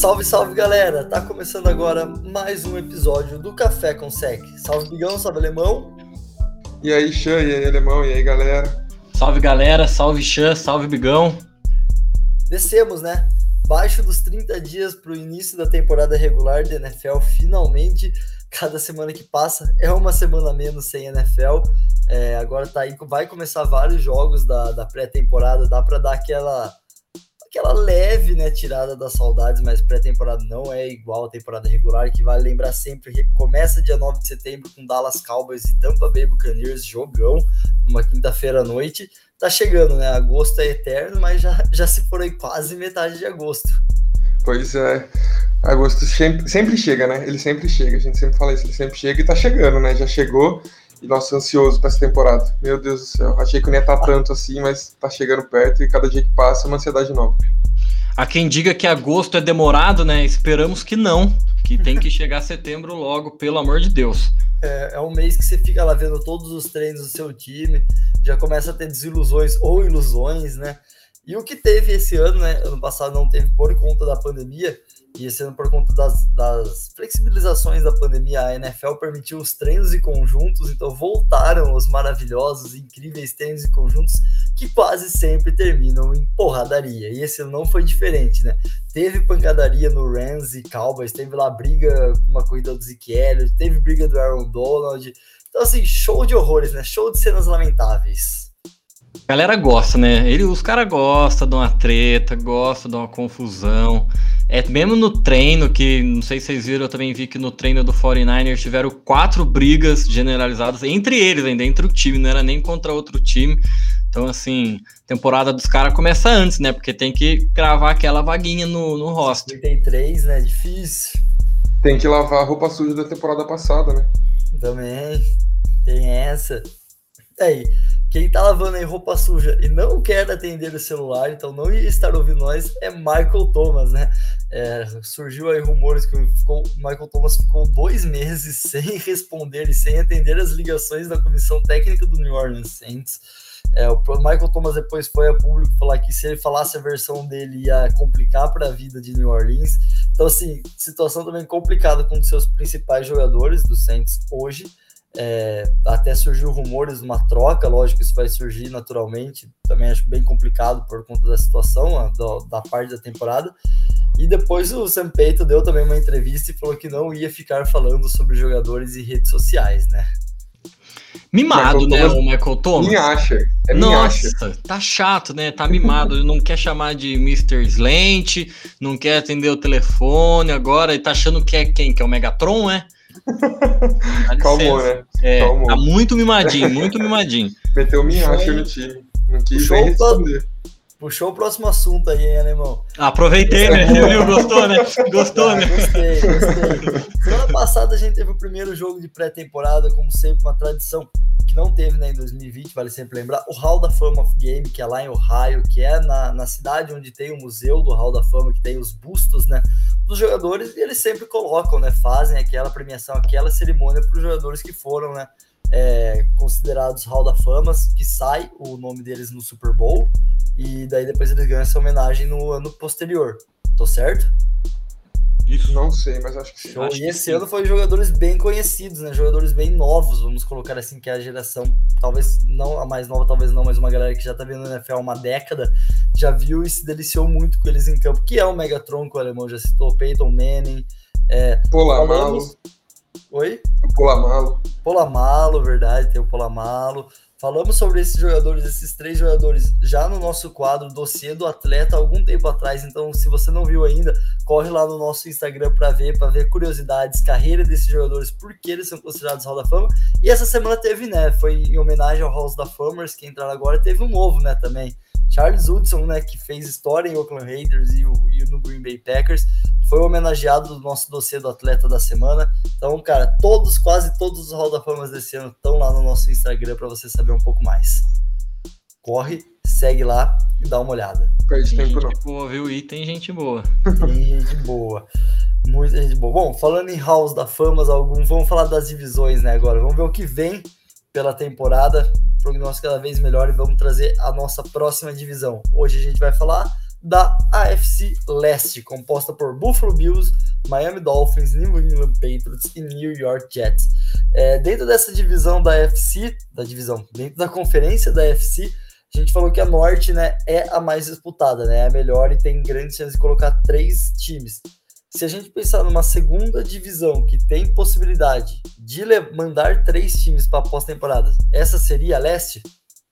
Salve, salve galera! Tá começando agora mais um episódio do Café com Sec. Salve Bigão, salve Alemão. E aí, Xan, e aí, Alemão, e aí, galera? Salve galera, salve Xan, salve Bigão. Descemos, né? Baixo dos 30 dias pro início da temporada regular da NFL, finalmente. Cada semana que passa é uma semana a menos sem NFL. Agora tá aí, vai começar vários jogos da pré-temporada, dá pra dar aquela leve, né, tirada das saudades, mas pré-temporada não é igual a temporada regular, que vale lembrar sempre que começa dia 9 de setembro com Dallas Cowboys e Tampa Bay Buccaneers, jogão, numa quinta-feira à noite. Tá chegando, né, agosto é eterno, mas já se for aí quase metade de agosto. Pois é, agosto sempre chega, né, ele sempre chega, a gente sempre fala isso, ele sempre chega e tá chegando, né, já chegou. E nossa, ansioso pra essa temporada. Meu Deus do céu, achei que não ia estar tanto assim, mas tá chegando perto e cada dia que passa é uma ansiedade nova. Há quem diga que agosto é demorado, né? Esperamos que não, que tem que chegar setembro logo, pelo amor de Deus. É um mês que você fica lá vendo todos os treinos do seu time, já começa a ter desilusões ou ilusões, né? E o que teve esse ano, né? Ano passado não teve por conta da pandemia, e esse ano por conta das flexibilizações da pandemia, a NFL permitiu os treinos em conjuntos, então voltaram os maravilhosos, incríveis treinos em conjuntos que quase sempre terminam em porradaria, e esse ano não foi diferente, né? Teve pancadaria no Rams e Cowboys, teve lá briga, uma corrida do Zeke Elliott, teve briga do Aaron Donald, então assim, show de horrores, né? Show de cenas lamentáveis. A galera gosta, né? Os caras gostam de uma treta, gostam de uma confusão. Mesmo no treino, que não sei se vocês viram, eu também vi que no treino do 49ers tiveram 4 brigas generalizadas entre eles ainda, entre o time, não era nem contra outro time. Então, assim, a temporada dos caras começa antes, né? Porque tem que cravar aquela vaguinha no roster. 33, né? Difícil. Tem que lavar a roupa suja da temporada passada, né? Também tem essa. Aí, quem tá lavando aí roupa suja e não quer atender o celular, então não ia estar ouvindo nós, é Michael Thomas, né? Surgiu aí rumores que Michael Thomas ficou 2 meses sem responder e sem atender as ligações da comissão técnica do New Orleans Saints. O Michael Thomas depois foi a público falar que se ele falasse a versão dele ia complicar para a vida de New Orleans. Então, assim, situação também complicada com um dos seus principais jogadores do Saints hoje. Até surgiu rumores de uma troca, lógico, isso vai surgir naturalmente, também acho bem complicado por conta da situação, da parte da temporada. E depois o Sam Payton deu também uma entrevista e falou que não ia ficar falando sobre jogadores e redes sociais, né? Mimado, né, o Michael Thomas? Nossa, tá chato, né? Tá mimado. Ele não quer chamar de Mr. Slant, não quer atender o telefone agora. Ele tá achando que é quem? Que é o Megatron, né? Calmou, né? Calmou. Tá muito mimadinho, muito mimadinho. Meteu o Minhacher no time. Não quis nem responder. Puxou o próximo assunto aí, hein, Alemão? Aproveitei, né? Viu? Gostou, né? Gostou, né? Gostei. Semana passada a gente teve o primeiro jogo de pré-temporada, como sempre, uma tradição que não teve, né, em 2020, vale sempre lembrar, o Hall da Fama of Game, que é lá em Ohio, que é na cidade onde tem o museu do Hall da Fama, que tem os bustos, né, dos jogadores, e eles sempre colocam, né, fazem aquela premiação, aquela cerimônia para os jogadores que foram, né, considerados Hall da Fama, que sai o nome deles no Super Bowl, e daí depois eles ganham essa homenagem no ano posterior. Tô certo? Isso não sei, mas acho que sim. E esse ano foi jogadores bem conhecidos, né? Jogadores bem novos, vamos colocar assim, que é a geração, talvez não a mais nova, talvez não, mas uma galera que já tá vendo o NFL há uma década, já viu e se deliciou muito com eles em campo, que é o Megatron, que o Alemão já citou, Peyton Manning. Polamalu. Oi? O Polamalu. Polamalu, verdade, tem o Polamalu. Falamos sobre esses jogadores, esses 3 jogadores, já no nosso quadro Dossiê do Atleta, algum tempo atrás. Então, se você não viu ainda, corre lá no nosso Instagram para ver curiosidades, carreira desses jogadores, por que eles são considerados Hall da Fama. E essa semana teve, né? Foi em homenagem ao Hall da Famers, que entraram agora, teve um novo, né, também. Charles Woodson, né, que fez história em Oakland Raiders e no Green Bay Packers, foi homenageado no nosso dossiê do Atleta da Semana. Então, cara, quase todos os Hall da Fama desse ano estão lá no nosso Instagram para você saber um pouco mais. Corre, segue lá e dá uma olhada. Perde tempo não. Boa, viu? E tem gente boa. Tem gente boa. Muita gente boa. Bom, falando em Halls da Fama, vamos falar das divisões, né, agora. Vamos ver o que vem pela temporada, prognóstico cada vez melhor, e vamos trazer a nossa próxima divisão. Hoje a gente vai falar da AFC Leste, composta por Buffalo Bills, Miami Dolphins, New England Patriots e New York Jets. Dentro dessa divisão da AFC, dentro da conferência da AFC, a gente falou que a Norte, né, é a mais disputada, né, é a melhor e tem grandes chances de colocar 3 times. Se a gente pensar numa segunda divisão que tem possibilidade de mandar 3 times para pós-temporada, essa seria a Leste?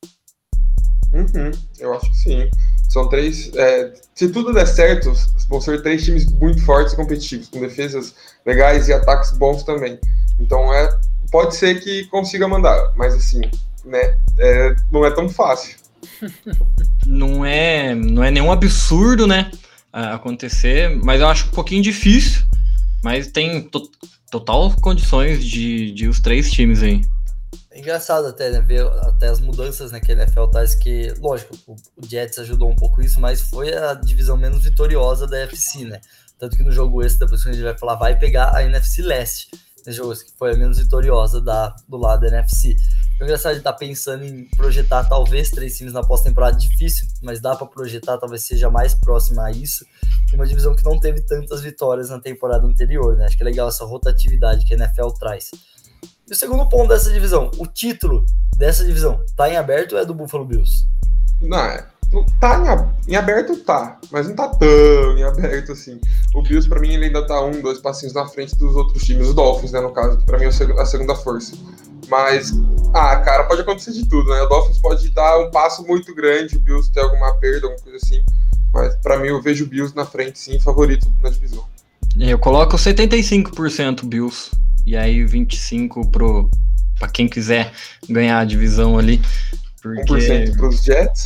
Eu acho que sim. São 3. Se tudo der certo, vão ser 3 times muito fortes e competitivos, com defesas legais e ataques bons também. Então pode ser que consiga mandar, mas assim, né? Não é tão fácil. Não é nenhum absurdo, né? Acontecer, mas eu acho um pouquinho difícil. Mas tem total condições de os 3 times aí. É engraçado até, né, ver até as mudanças, né, que a NFL traz, que, lógico, o Jets ajudou um pouco isso, mas foi a divisão menos vitoriosa da NFC, né? Tanto que no jogo esse, depois que a gente vai falar, vai pegar a NFC Leste, nesse jogo que foi a menos vitoriosa do lado da NFC. É engraçado de estar pensando em projetar talvez 3 times na pós-temporada, difícil, mas dá para projetar, talvez seja mais próxima a isso, e uma divisão que não teve tantas vitórias na temporada anterior, né? Acho que é legal essa rotatividade que a NFL traz. E o segundo ponto dessa divisão, o título dessa divisão, tá em aberto ou é do Buffalo Bills? Não tá em aberto, tá, mas não tá tão em aberto assim. O Bills, pra mim, ele ainda tá 2 passinhos na frente dos outros times, os Dolphins, né, no caso, que pra mim é a segunda força. Mas, cara, pode acontecer de tudo, né? O Dolphins pode dar um passo muito grande, o Bills ter alguma perda, alguma coisa assim. Mas, pra mim, eu vejo o Bills na frente, sim, favorito na divisão. Eu coloco 75% Bills. E aí 25% pra quem quiser ganhar a divisão ali. Porque... 1% pros Jets?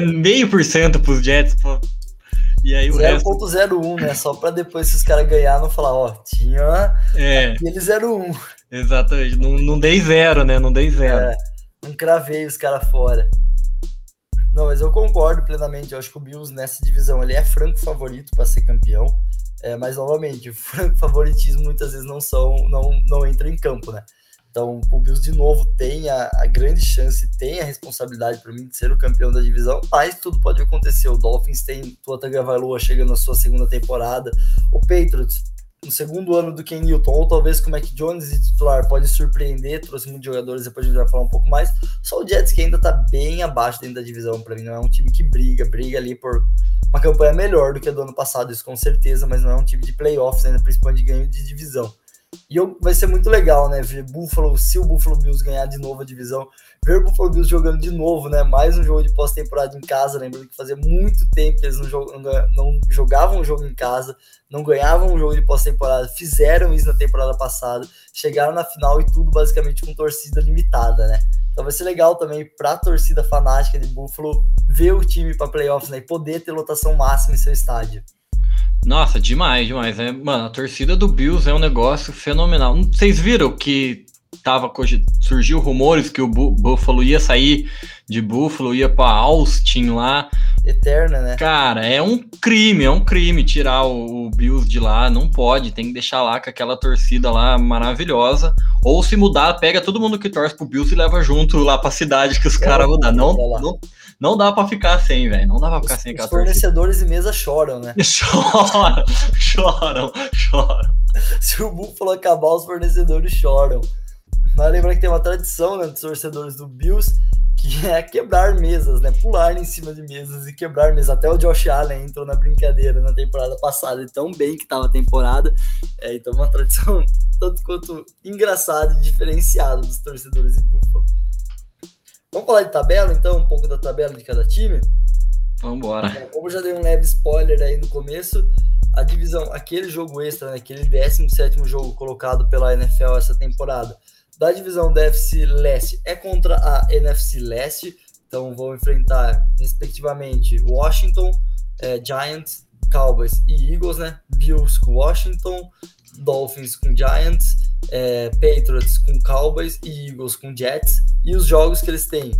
0,5% pros Jets, pô. E aí o 0,01, né? Só pra depois, se os caras ganharem, não falar, tinha aquele 0,1. Exatamente, não dei 0, né? Não dei 0. Não cravei os caras fora. Não, mas eu concordo plenamente. Eu acho que o Bills nessa divisão ele é franco favorito para ser campeão. Mas, novamente, o franco favoritismo muitas vezes não entra em campo, né? Então, o Bills, de novo, tem a grande chance, tem a responsabilidade para mim de ser o campeão da divisão, mas tudo pode acontecer. O Dolphins tem Tua Tagovailoa chegando na sua segunda temporada. O Patriots, no segundo ano do Ken Newton, ou talvez com o Mac Jones de titular, pode surpreender, trouxe muitos jogadores, depois a gente vai falar um pouco mais. Só o Jets, que ainda tá bem abaixo dentro da divisão, para mim não é um time que briga ali por uma campanha melhor do que a do ano passado, isso com certeza, mas não é um time de playoffs ainda, principalmente de ganho de divisão. E vai ser muito legal, né, ver se o Buffalo Bills ganhar de novo a divisão, ver o Buffalo Bills jogando de novo, né, mais um jogo de pós-temporada em casa, lembrando que fazia muito tempo que eles não jogavam um jogo em casa, não ganhavam um jogo de pós-temporada, fizeram isso na temporada passada, chegaram na final e tudo basicamente com torcida limitada, né. Então vai ser legal também para a torcida fanática de Buffalo ver o time para playoffs, né, e poder ter lotação máxima em seu estádio. Nossa, demais. Mano, a torcida do Bills é um negócio fenomenal. Vocês viram que surgiu rumores que o Buffalo ia sair de Buffalo, ia pra Austin lá. Eterna, né? Cara, é um crime tirar o Bills de lá, não pode, tem que deixar lá com aquela torcida lá maravilhosa, ou se mudar, pega todo mundo que torce pro Bills e leva junto lá pra cidade que os caras mudar. Não dá pra ficar sem, velho. Não dá pra ficar sem aquela torcida. Os fornecedores de mesa choram, né? Choram. Se o Buffalo acabar, os fornecedores choram. Mas lembra que tem uma tradição, né, dos torcedores do Bills, que é quebrar mesas, né? Pular em cima de mesas e quebrar mesas. Até o Josh Allen entrou na brincadeira na temporada passada, e tão bem que tava a temporada. Então uma tradição tanto quanto engraçada e diferenciada dos torcedores de Buffalo. Vamos falar de tabela, então, um pouco da tabela de cada time? Vamos embora. Como eu já dei um leve spoiler aí no começo, a divisão, aquele jogo extra, né, aquele 17º jogo colocado pela NFL essa temporada, da divisão da NFC Leste é contra a NFC Leste, então vão enfrentar respectivamente Washington, Giants, Cowboys e Eagles, né? Bills com Washington, Dolphins com Giants, Patriots com Cowboys e Eagles com Jets. E os jogos que eles têm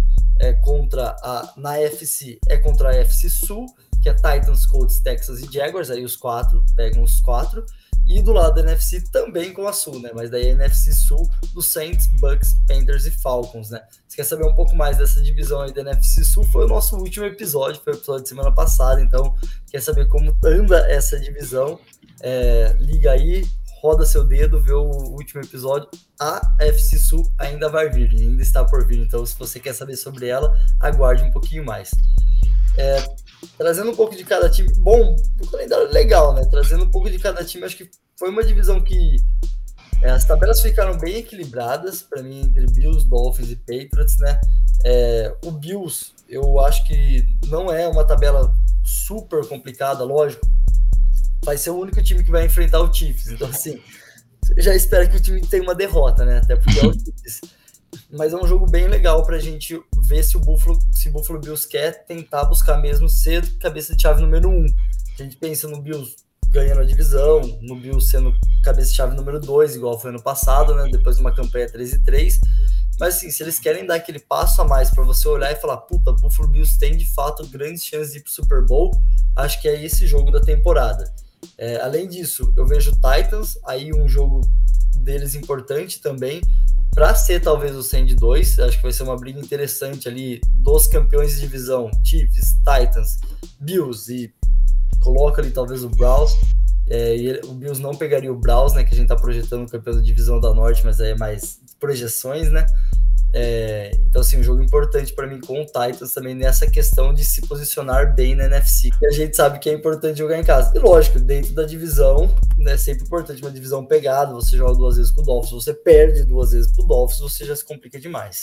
na NFC é contra a NFC Sul, que é Titans, Colts, Texas e Jaguars, aí os 4 pegam os 4. E do lado da NFC também com a Sul, né? Mas daí a NFC Sul do Saints, Bucks, Panthers e Falcons, né? Se quer saber um pouco mais dessa divisão aí da NFC Sul, foi o nosso último episódio, foi o episódio de semana passada, então quer saber como anda essa divisão, liga aí, roda seu dedo, vê o último episódio. A NFC Sul ainda vai vir, ainda está por vir, então se você quer saber sobre ela, aguarde um pouquinho mais. Trazendo um pouco de cada time, bom, um calendário legal, né? Trazendo um pouco de cada time, acho que foi uma divisão que as tabelas ficaram bem equilibradas, para mim, entre Bills, Dolphins e Patriots, né? O Bills, eu acho que não é uma tabela super complicada, lógico, vai ser o único time que vai enfrentar o Chiefs, então assim, já espero que o time tenha uma derrota, né? Até porque é o Chiefs. Mas é um jogo bem legal pra gente ver se o Buffalo Bills quer tentar buscar mesmo ser cabeça de chave número 1. A gente pensa no Bills ganhando a divisão, no Bills sendo cabeça de chave número 2, igual foi ano passado, né? Depois de uma campanha 3-3. Mas assim, se eles querem dar aquele passo a mais pra você olhar e falar, puta, Buffalo Bills tem de fato grandes chances de ir pro Super Bowl, acho que é esse jogo da temporada. Além disso, eu vejo Titans, aí um jogo deles importante também, para ser talvez o 100-2, acho que vai ser uma briga interessante ali dos campeões de divisão, Chiefs, Titans, Bills, e coloca ali talvez o Browns, e o Bills não pegaria o Browns, né, que a gente tá projetando o campeão da divisão da Norte, mas aí é mais projeções, né, então assim, um jogo importante para mim com o Titans também nessa questão de se posicionar bem na NFC, que a gente sabe que é importante jogar em casa, e lógico, dentro da divisão, é sempre importante uma divisão pegada, você joga 2 vezes com o Dolphins, você perde 2 vezes pro Dolphins, você já se complica demais.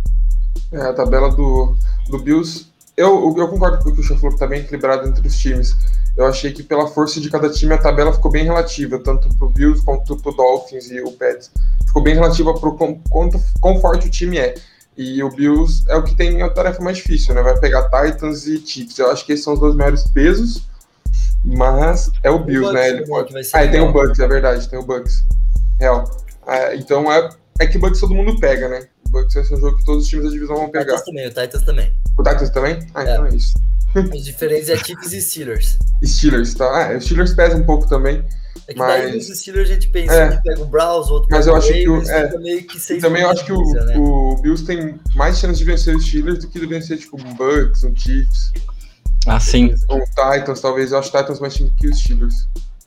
A tabela do Bills, eu concordo com o que o Chá falou, que tá bem equilibrado entre os times. Eu achei que pela força de cada time a tabela ficou bem relativa, tanto pro Bills quanto pro Dolphins e o Pats. Ficou bem relativa pro quão forte o time é. E o Bills é o que tem a tarefa mais difícil, né? Vai pegar Titans e Chiefs. Eu acho que esses são os 2 maiores pesos, mas é o Bills, o né? Ele pode... tem o Bucks, é verdade, tem o Bucks. Real. Então é que o Bucks todo mundo pega, né? O Bucks vai ser um jogo que todos os times da divisão vão pegar. O Titans também. O Titans também? Então é isso. As diferenças é Chiefs e Steelers. Steelers, tá? Os Steelers pesam um pouco também. É que daí nos Steelers a gente pensa que pega o Browns, outro mas eu acho que meio que também eu acho que o Bills tem mais chance de vencer os Steelers do que de vencer tipo um Bucks, um Chiefs. Sim. Ou Titans, talvez. Eu acho o Titans mais time que os Steelers.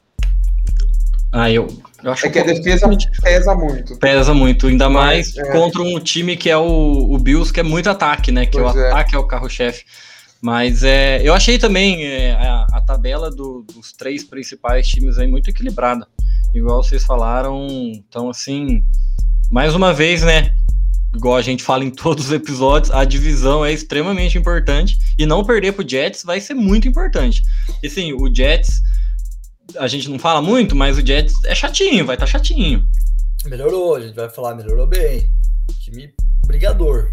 Eu acho que a defesa pesa muito. Pesa muito, ainda mais contra um time que é o Bills, que é muito ataque, né? Que ataque é o carro-chefe. Mas eu achei também a tabela dos 3 principais times aí muito equilibrada. Igual vocês falaram, então assim, mais uma vez, né? Igual a gente fala em todos os episódios, a divisão é extremamente importante e não perder pro Jets vai ser muito importante. E assim, o Jets, a gente não fala muito, mas o Jets é chatinho, vai estar chatinho. Melhorou, a gente vai falar, melhorou bem. Time brigador.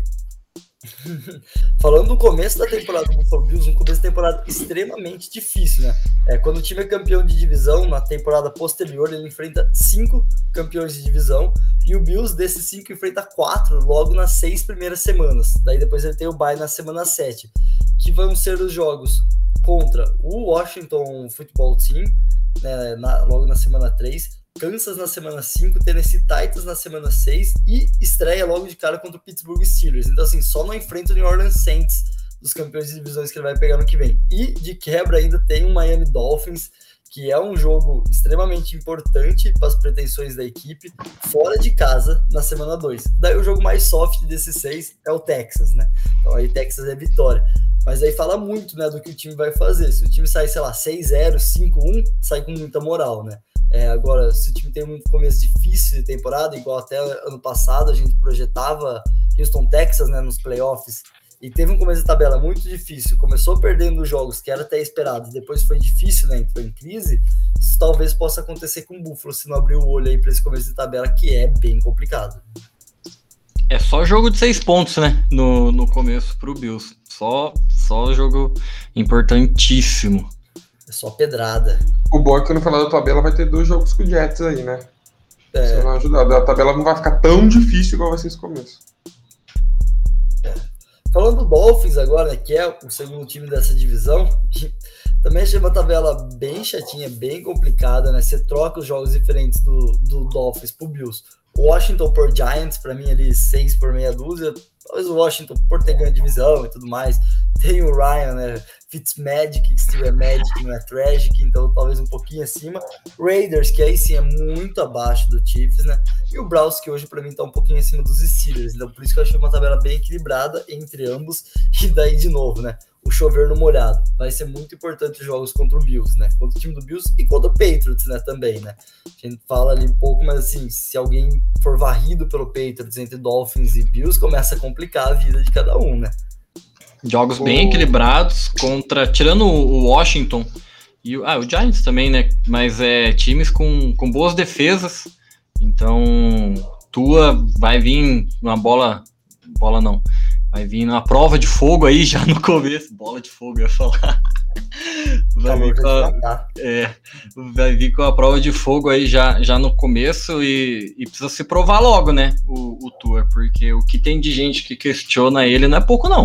Falando do começo da temporada do Buffalo Bills, um começo de temporada extremamente difícil, né? Quando o time é campeão de divisão, na temporada posterior, ele enfrenta 5 campeões de divisão, e o Bills, desses 5, enfrenta 4 logo nas 6 primeiras semanas. Daí depois ele tem o bye na semana 7, que vão ser os jogos contra o Washington Football Team, né, logo na semana 3, Kansas na semana 5, Tennessee Titans na semana 6 e estreia logo de cara contra o Pittsburgh Steelers. Então assim, só não enfrenta o New Orleans Saints dos campeões de divisões que ele vai pegar no que vem. E de quebra ainda tem o Miami Dolphins, que é um jogo extremamente importante para as pretensões da equipe, fora de casa na semana 2. Daí o jogo mais soft desses 6 é o Texas, né? Então aí Texas é vitória. Mas aí fala muito, né, do que o time vai fazer. Se o time sair, sei lá, 6-0, 5-1, sai com muita moral, né? Agora, se o time tem um começo difícil de temporada, igual até ano passado, a gente projetava Houston, Texas, né, nos playoffs, e teve um começo de tabela muito difícil, começou perdendo os jogos que era até esperado, depois foi difícil, né, entrou em crise, isso talvez possa acontecer com o Buffalo, se não abrir o olho aí para esse começo de tabela, que é bem complicado. É só jogo de 6 pontos, né, no começo pro Bills, só jogo importantíssimo. É só pedrada. O bom é que no final da tabela vai ter 2 jogos com o Jets aí, né? Se não ajudar, a tabela não vai ficar tão difícil igual vai ser esse começo. Falando do Dolphins agora, né, que é o segundo time dessa divisão, também achei uma tabela bem chatinha, bem complicada, né? Você troca os jogos diferentes do Dolphins pro Bills. Washington por Giants, para mim ali 6 por meia dúzia. Talvez o Washington por ter ganho a divisão e tudo mais. Tem o Ryan, né? Fitzmagic, que se tiver Magic não é Tragic, então talvez um pouquinho acima. Raiders, que aí sim é muito abaixo do Chiefs, né? E o Browns, que hoje para mim tá um pouquinho acima dos Steelers. Então por isso que eu achei uma tabela bem equilibrada entre ambos. E daí de novo, né? O chover no molhado. Vai ser muito importante os jogos contra o Bills, né? Contra o time do Bills e contra o Patriots, né? Também, né? A gente fala ali um pouco, mas assim, se alguém for varrido pelo Patriots entre Dolphins e Bills, começa a complicar a vida de cada um, né? Jogos bem equilibrados tirando o Washington e o Giants também, né? Mas times com boas defesas. Então, Tua vai vir numa bola não. Vai vir numa prova de fogo aí já no começo. Bola de fogo, eu ia falar. Vai vir com a prova de fogo aí já no começo e precisa se provar logo, né? O Tua, porque o que tem de gente que questiona ele não é pouco, não.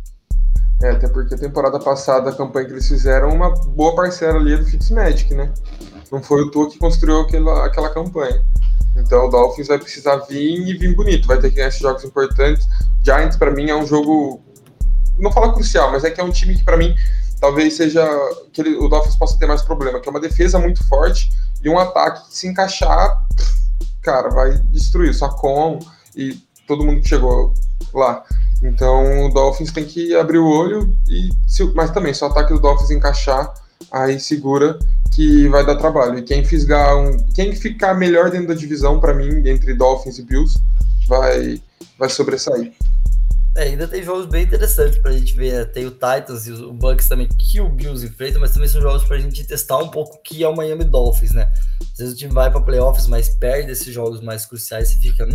Até porque a temporada passada, a campanha que eles fizeram, uma boa parcela ali é do Fitzmagic, né? Não foi o Tua que construiu aquela campanha. Então o Dolphins vai precisar vir bonito, vai ter que ganhar esses jogos importantes. Giants, para mim, é um jogo, não falo crucial, mas é que é um time que, para mim, talvez seja que o Dolphins possa ter mais problema, que é uma defesa muito forte e um ataque que se encaixar, cara, vai destruir. Só com e todo mundo que chegou lá. Então o Dolphins tem que abrir o olho, mas também, se o ataque do Dolphins encaixar, aí segura que vai dar trabalho. E quem ficar melhor dentro da divisão, para mim, entre Dolphins e Bills, vai sobressair. Ainda tem jogos bem interessantes pra gente ver, né? Tem o Titans e o Bucks também, que o Bills enfrenta, mas também são jogos pra gente testar um pouco o que é o Miami Dolphins, né? Às vezes o time vai pra playoffs, mas perde esses jogos mais cruciais e fica,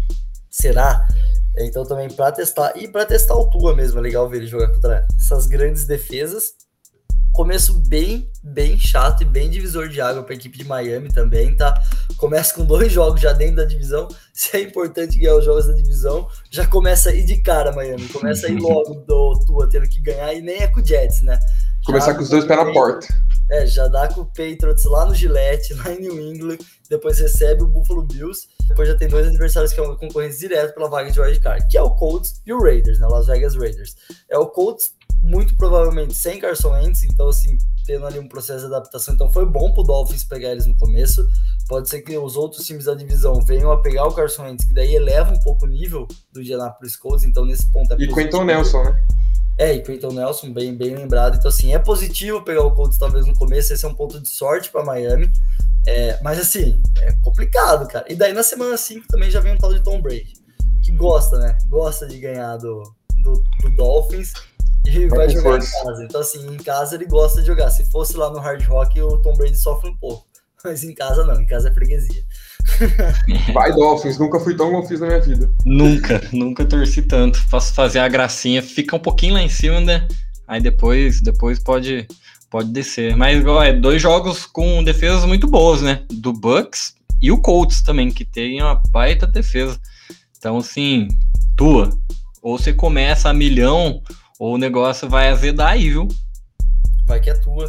será? Então também para testar, e para testar o Tua mesmo, é legal ver ele jogar contra essas grandes defesas. Começo bem chato e bem divisor de água para a equipe de Miami também, tá? Começa com 2 jogos já dentro da divisão. Se é importante ganhar os jogos da divisão, já começa a ir de cara Miami. Começa a ir logo do Tua tendo que ganhar, e nem é com o Jets, né? Começar com os 2 pés na porta. Já dá com o Patriots lá no Gillette, lá em New England, depois recebe o Buffalo Bills, depois já tem 2 adversários que é uma concorrência direta pela vaga de wildcard, que é o Colts e o Raiders, né, Las Vegas Raiders. É o Colts muito provavelmente sem Carson Wentz, então assim, tendo ali um processo de adaptação, então foi bom pro Dolphins pegar eles no começo. Pode ser que os outros times da divisão venham a pegar o Carson Wentz, que daí eleva um pouco o nível do Indianapolis Colts, então nesse ponto é positivo. E Quentin Nelson, né? E Quentin Nelson, bem lembrado. Então, assim, é positivo pegar o Colts talvez no começo. Esse é um ponto de sorte para Miami. Mas, assim, é complicado, cara. E daí, na semana 5, também já vem um tal de Tom Brady, que gosta, né? Gosta de ganhar do Dolphins e vai jogar em casa. Então, assim, em casa ele gosta de jogar. Se fosse lá no Hard Rock, o Tom Brady sofre um pouco. Mas em casa não, em casa é freguesia. Vai Dolphins, nunca fui tão Dolphins na minha vida. Nunca torci tanto. Faço fazer a gracinha, fica um pouquinho lá em cima, né? Aí depois pode descer. Mas igual 2 jogos com defesas muito boas, né? Do Bucks e o Colts também, que tem uma baita defesa. Então, assim, Tua, ou você começa a milhão, ou o negócio vai azedar aí, viu? Vai que é tua.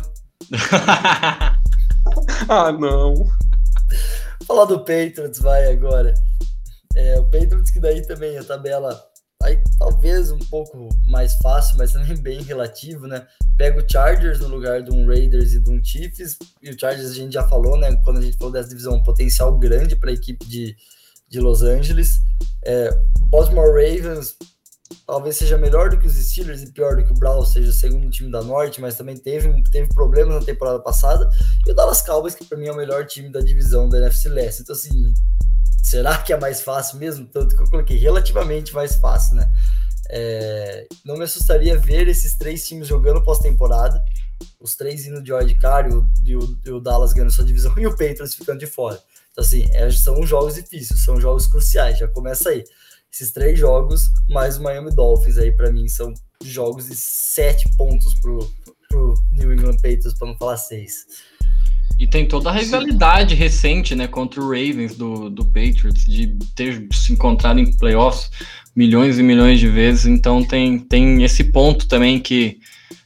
Não. Falar do Patriots, vai agora. O Patriots, que daí também a tabela aí talvez um pouco mais fácil, mas também bem relativo, né? Pega o Chargers no lugar de um Raiders e de um Chiefs, e o Chargers a gente já falou, né? Quando a gente falou dessa divisão, um potencial grande para a equipe de Los Angeles. Baltimore Ravens talvez seja melhor do que os Steelers e pior do que o Browns, seja o segundo time da Norte, mas também teve problemas na temporada passada. E o Dallas Cowboys, que para mim é o melhor time da divisão da NFC Leste. Então, assim, será que é mais fácil mesmo? Tanto que eu coloquei relativamente mais fácil, né? Não me assustaria ver esses 3 times jogando pós-temporada, os 3 indo de wildcard e o Dallas ganhando sua divisão e o Patriots ficando de fora. Então, assim, são jogos difíceis, são jogos cruciais, já começa aí. Esses 3 jogos, mais o Miami Dolphins aí, pra mim, são jogos de 7 pontos pro New England Patriots, pra não falar 6. E tem toda a rivalidade recente, né, contra o Ravens do Patriots, de ter se encontrado em playoffs milhões e milhões de vezes, então tem esse ponto também que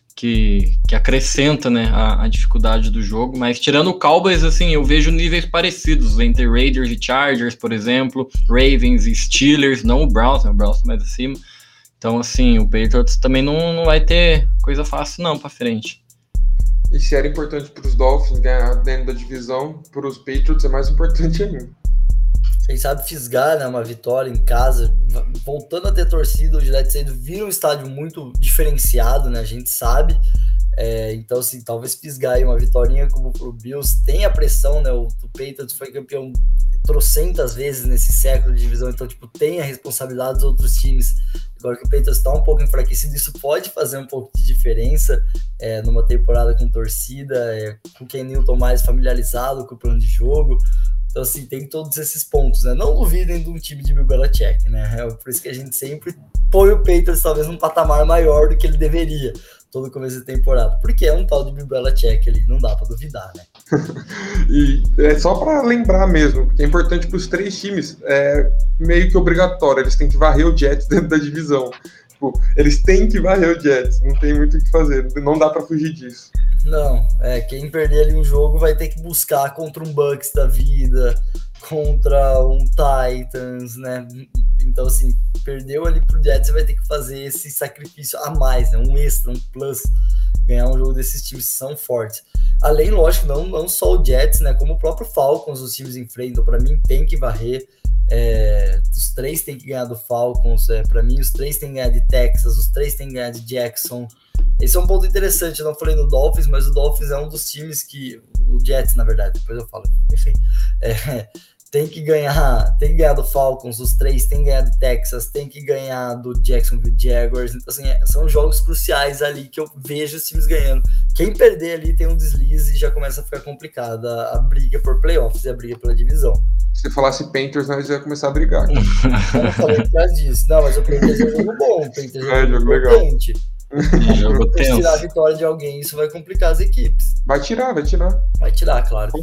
acrescenta, né, a dificuldade do jogo. Mas tirando o Cowboys, assim, eu vejo níveis parecidos entre Raiders e Chargers, por exemplo, Ravens e Steelers, não o Browns, né, o Browns mais acima. Então, assim, o Patriots também não vai ter coisa fácil não para frente. E se era importante para os Dolphins ganhar dentro da divisão, para os Patriots é mais importante ainda. Quem sabe fisgar, né, uma vitória em casa, voltando a ter torcida, o Gillette Stadium vira um estádio muito diferenciado, né, a gente sabe. Então, assim, talvez fisgar aí uma vitória como pro Bills, tem a pressão, né, o Patriots foi campeão trocentas vezes nesse século de divisão, então, tipo, tem a responsabilidade dos outros times. Agora que o Patriots está um pouco enfraquecido, isso pode fazer um pouco de diferença numa temporada com torcida, com Ken Newton mais familiarizado com o plano de jogo. Então, assim, tem todos esses pontos, né? Não duvidem de um time de Bill Belichick, né? É por isso que a gente sempre põe o Patriots talvez num patamar maior do que ele deveria todo começo de temporada, porque é um tal de Bill Belichick ali, não dá pra duvidar, né? E é só pra lembrar mesmo, porque é importante pros três times, é meio que obrigatório, eles têm que varrer o Jets dentro da divisão. Tipo, eles têm que varrer o Jets, não tem muito o que fazer, não dá pra fugir disso. Não, quem perder ali um jogo vai ter que buscar contra um Bucks da vida, contra um Titans, né? Então, assim, perdeu ali pro Jets, você vai ter que fazer esse sacrifício a mais, né? Um extra, um plus, ganhar um jogo desses times que são fortes. Além, lógico, não só o Jets, né? Como o próprio Falcons, os times enfrentam, para mim tem que varrer. Os três tem que ganhar do Falcons, para mim os três tem que ganhar de Texas, os três tem que ganhar de Jackson. Esse é um ponto interessante, eu não falei no Dolphins, mas o Dolphins é um dos times que, o Jets na verdade, depois eu falo, enfim, tem que ganhar do Falcons, os três tem que ganhar de Texas, tem que ganhar do Jacksonville Jaguars, então assim, são jogos cruciais ali que eu vejo os times ganhando. Quem perder ali tem um deslize e já começa a ficar complicada a briga por playoffs e a briga pela divisão. Se falasse Panthers, nós ia começar a brigar. Eu não falei por causa disso, não, mas o Panthers é um jogo bom, o Panthers é um jogo importante. Jogo se tirar a vitória de alguém, isso vai complicar as equipes. Vai tirar. Vai tirar, claro.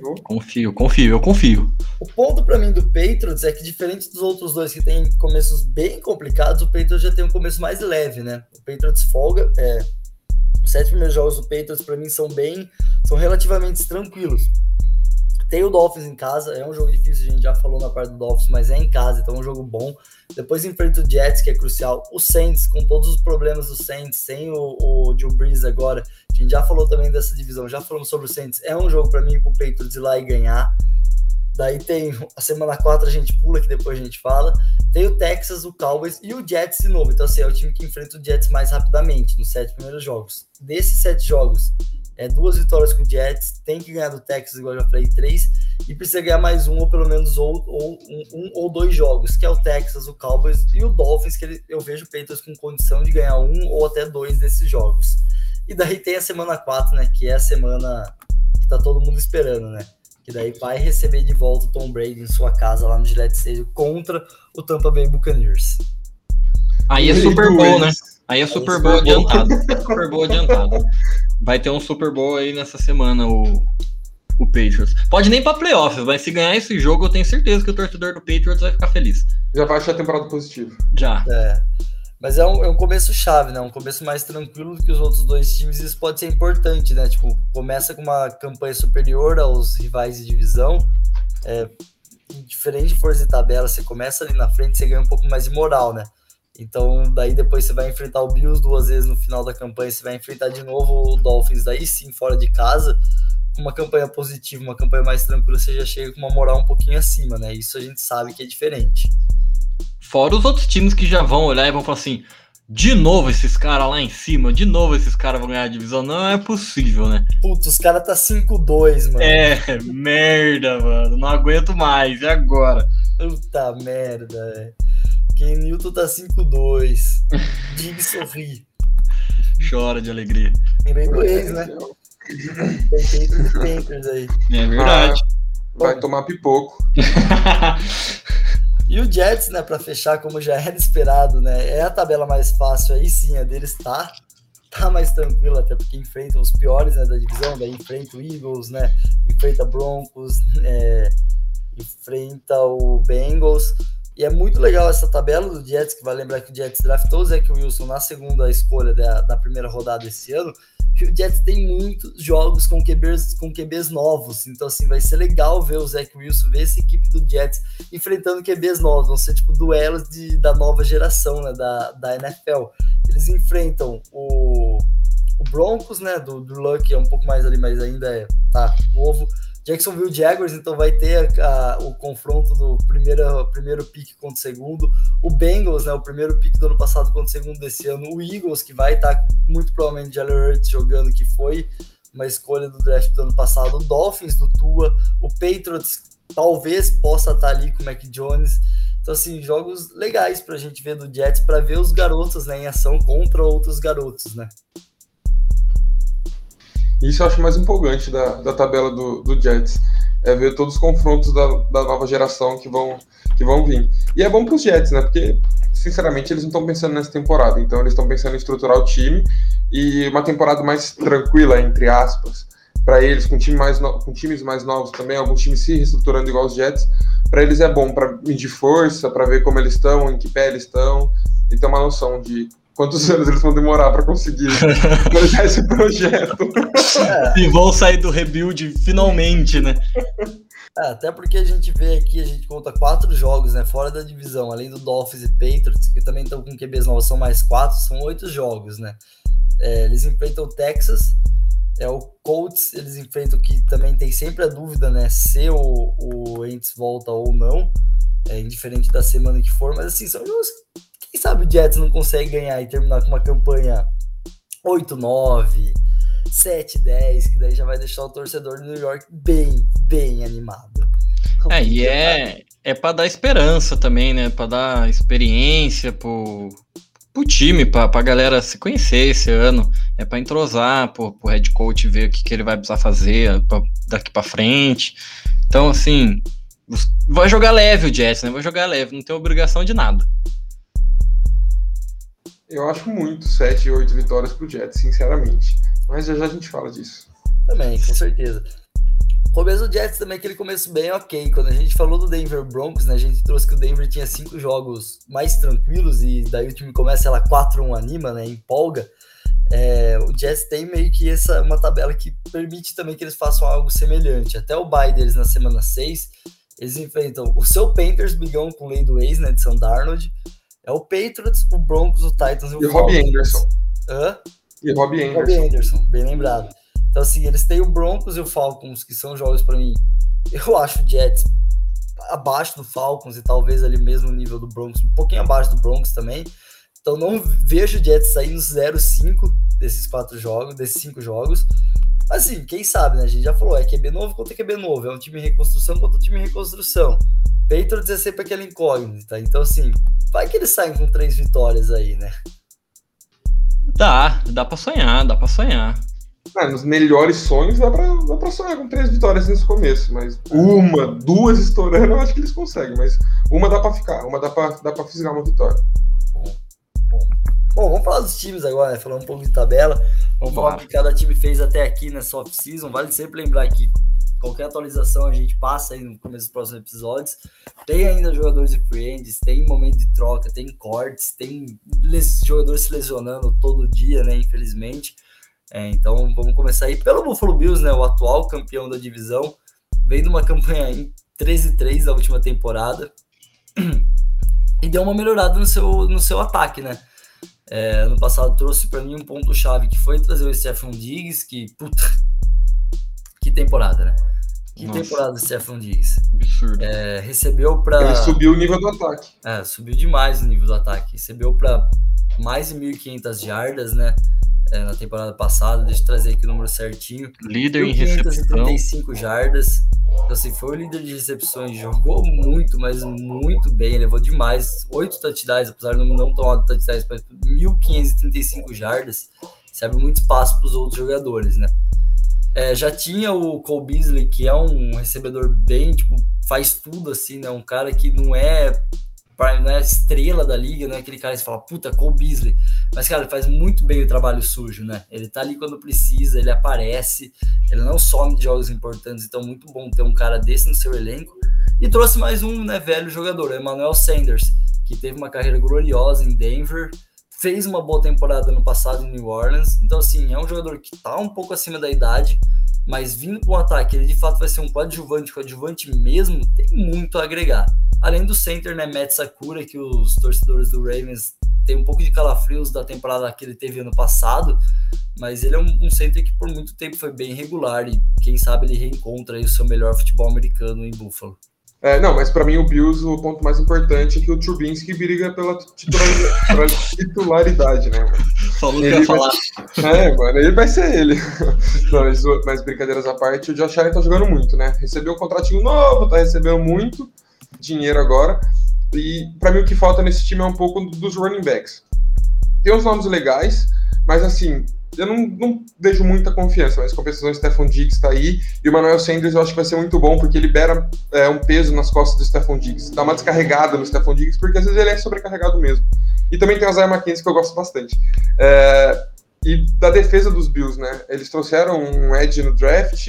Eu confio. O ponto pra mim do Patriots é que, diferente dos outros dois que tem começos bem complicados, o Patriots já tem um começo mais leve, né? O Patriots folga. Os 7 primeiros jogos do Patriots pra mim são relativamente tranquilos. Tem o Dolphins em casa, é um jogo difícil, a gente já falou na parte do Dolphins, mas é em casa, então é um jogo bom. Depois enfrenta o Jets, que é crucial. O Saints, com todos os problemas do Saints, sem o Drew Brees agora, a gente já falou também dessa divisão, já falamos sobre o Saints, é um jogo para mim, pro Patriots ir lá e ganhar. Daí tem a semana 4, a gente pula, que depois a gente fala. Tem o Texas, o Cowboys e o Jets de novo. Então, assim, é o time que enfrenta o Jets mais rapidamente, nos 7 primeiros jogos. Desses 7 jogos, 2 vitórias com o Jets, tem que ganhar do Texas, igual eu já falei, 3, e precisa ganhar mais um, ou pelo menos um ou 2 jogos, que é o Texas, o Cowboys e o Dolphins, que eu vejo o Patriots com condição de ganhar 1 ou até 2 desses jogos. E daí tem a semana 4, né, que é a semana que tá todo mundo esperando, né, que daí vai receber de volta o Tom Brady em sua casa lá no Gillette Stadium contra o Tampa Bay Buccaneers. Aí é Super Bowl, né? Aí é Super Bowl adiantado. Super Bowl adiantado. Vai ter um Super Bowl aí nessa semana, o Patriots. Pode nem pra playoffs, mas se ganhar esse jogo, eu tenho certeza que o torcedor do Patriots vai ficar feliz. Já vai achar a temporada positiva. Já. Mas é um começo chave, né? Um começo mais tranquilo do que os outros dois times, e isso pode ser importante, né? Tipo, começa com uma campanha superior aos rivais de divisão. Diferente de força de tabela, você começa ali na frente, você ganha um pouco mais de moral, né? Então, daí depois você vai enfrentar o Bills 2 vezes no final da campanha, você vai enfrentar de novo o Dolphins, daí sim, fora de casa, com uma campanha positiva, uma campanha mais tranquila, você já chega com uma moral um pouquinho acima, né? Isso a gente sabe que é diferente. Fora os outros times que já vão olhar e vão falar assim, de novo esses caras lá em cima, de novo esses caras vão ganhar a divisão, não é possível, né? Putz, os caras tá 5-2, mano. Merda, mano, não aguento mais, e agora? Puta merda, velho. Ken Newton tá 5-2. Dig sorri. Chora de alegria. Lembrei do ex, né? Tem de Panthers aí. É verdade. Vai tomar pipoco. E o Jets, né, pra fechar, como já era esperado, né? É a tabela mais fácil aí, sim, a deles tá mais tranquila, até porque enfrentam os piores, né, da divisão, daí enfrenta o Eagles, né? enfrenta Broncos, enfrenta o Bengals. E é muito legal essa tabela do Jets, que vai lembrar que o Jets draftou o Zach Wilson na segunda escolha da primeira rodada esse ano. E o Jets tem muitos jogos com QBs novos. Então, assim, vai ser legal ver o Zach Wilson, ver essa equipe do Jets enfrentando QBs novos. Vão ser, tipo, duelos da nova geração, né, da NFL. Eles enfrentam o Broncos, né, do Luck, é um pouco mais ali, mas ainda tá novo. Jacksonville Jaguars, então vai ter o confronto do primeiro pick contra o segundo. O Bengals, né, o primeiro pick do ano passado contra o segundo desse ano. O Eagles, que vai estar muito provavelmente Jalen Hurts jogando, que foi uma escolha do draft do ano passado. O Dolphins do Tua. O Patriots talvez possa estar ali com o Mac Jones. Então, assim, jogos legais pra gente ver do Jets, para ver os garotos, né, em ação contra outros garotos, né? Isso eu acho mais empolgante da tabela do Jets. É ver todos os confrontos da nova geração que vão vir. E é bom para os Jets, né? Porque, sinceramente, eles não estão pensando nessa temporada. Então, eles estão pensando em estruturar o time e uma temporada mais tranquila, entre aspas, para eles, com times mais novos também, alguns times se reestruturando igual os Jets. Para eles é bom para medir força, para ver como eles estão, em que pé eles estão, e ter uma noção de quantos anos eles vão demorar para conseguir realizar esse projeto. E vão sair do rebuild finalmente, né? Até porque a gente vê aqui, a gente conta 4 jogos, né, fora da divisão, além do Dolphins e Patriots, que também estão com QBs novos, são mais 4, são 8 jogos, né? Eles enfrentam o Texas, o Colts, eles enfrentam, que também tem sempre a dúvida, né, se o Wentz volta ou não, indiferente da semana que for, mas assim, são jogos, quem sabe o Jets não consegue ganhar e terminar com uma campanha 8-9, 7-10, que daí já vai deixar o torcedor de New York bem animado. E é para dar esperança também, né? Para dar experiência pro time, pra galera se conhecer esse ano. É para entrosar, pro head coach ver o que ele vai precisar fazer daqui para frente. Então, assim, vai jogar leve o Jets, né? Vai jogar leve, não tem obrigação de nada. Eu acho muito 7 e 8 vitórias pro Jets, sinceramente. Mas já a gente fala disso. Também, com certeza. O começo do Jets também, aquele começo bem ok. Quando a gente falou do Denver Broncos, né, a gente trouxe que o Denver tinha 5 jogos mais tranquilos e daí o time começa 4-1 anima, né, empolga. O Jets tem meio que uma tabela que permite também que eles façam algo semelhante. Até o bye deles na semana 6, eles enfrentam o seu Panthers, bigão com lei do ex, né, de Sam Darnold. O Patriots, o Broncos, o Titans e o Robbie Anderson. E Robbie Anderson, bem lembrado. Então, assim, eles têm o Broncos e o Falcons, que são jogos, para mim, eu acho o Jets abaixo do Falcons e talvez ali mesmo nível do Broncos, um pouquinho abaixo do Broncos também. Então, não vejo o Jets sair nos 0-5 desses 5 jogos. Mas, assim, quem sabe, né? A gente já falou, é QB novo contra QB novo, é um time em reconstrução contra um time em reconstrução. Patriots é sempre aquela incógnita. Então, assim, vai que eles saem com 3 vitórias aí, né? Dá pra sonhar. Nos melhores sonhos dá pra sonhar com 3 vitórias nesse começo, mas 1, 2 estourando eu acho que eles conseguem, mas uma dá pra ficar, uma dá pra fisgar uma vitória. Bom, vamos falar dos times agora, né? Falar um pouco de tabela, vamos falar o que cada time fez até aqui nessa off-season. Vale sempre lembrar que qualquer atualização a gente passa aí no começo dos próximos episódios. Tem ainda jogadores de free agents, tem momento de troca, tem cortes, tem jogadores se lesionando todo dia, né? Infelizmente. Então vamos começar aí pelo Buffalo Bills, né? O atual campeão da divisão, vem de uma campanha em 13-3 da última temporada e deu uma melhorada no seu ataque, né? Ano passado trouxe para mim um ponto-chave que foi trazer o Stefon Diggs, que temporada, né? Temporada do Stefon Diggs. Absurdo. Recebeu para... Ele subiu o nível do ataque. Subiu demais o nível do ataque. Recebeu para mais de 1.500 jardas, né? Na temporada passada. Deixa eu trazer aqui o número certinho. Líder em recepção. 1.535 jardas. Então, assim, foi o líder de recepções. Jogou muito, mas muito bem. Levou demais. 8 touchdowns, apesar de não tão alto touchdowns, mas 1.535 jardas. Você abre muito espaço para os outros jogadores, né? Já tinha o Cole Beasley, que é um recebedor bem, faz tudo assim, né? Um cara que não é não é a estrela da liga, não é aquele cara que você fala, puta, Cole Beasley. Mas, cara, ele faz muito bem o trabalho sujo, né? Ele tá ali quando precisa, ele aparece, ele não some de jogos importantes, então muito bom ter um cara desse no seu elenco. E trouxe mais um, né, velho jogador, Emmanuel Sanders, que teve uma carreira gloriosa em Denver, fez uma boa temporada no passado em New Orleans. Então, assim, é um jogador que tá um pouco acima da idade, mas vindo para um ataque, ele de fato vai ser um coadjuvante mesmo, tem muito a agregar. Além do center, né, Matt Sakura, que os torcedores do Ravens têm um pouco de calafrios da temporada que ele teve ano passado, mas ele é um center que por muito tempo foi bem regular e quem sabe ele reencontra aí o seu melhor futebol americano em Buffalo. Não, mas para mim o Bills, o ponto mais importante é que o Trubinsky briga pela titularidade, né? Falou que ia falar. Mano, ele vai ser ele. Não, mas brincadeiras à parte, o Josh Allen tá jogando muito, né? Recebeu um contratinho novo, tá recebendo muito dinheiro agora. E para mim o que falta nesse time é um pouco dos running backs. Tem uns nomes legais, mas assim, eu não vejo muita confiança, mas compensação, o Stephon Diggs tá aí, e o Emmanuel Sanders eu acho que vai ser muito bom, porque libera um peso nas costas do Stephon Diggs, dá uma descarregada no Stephon Diggs, porque às vezes ele é sobrecarregado mesmo. E também tem o Isaiah McKenzie, que eu gosto bastante. E da defesa dos Bills, né, eles trouxeram um edge no draft,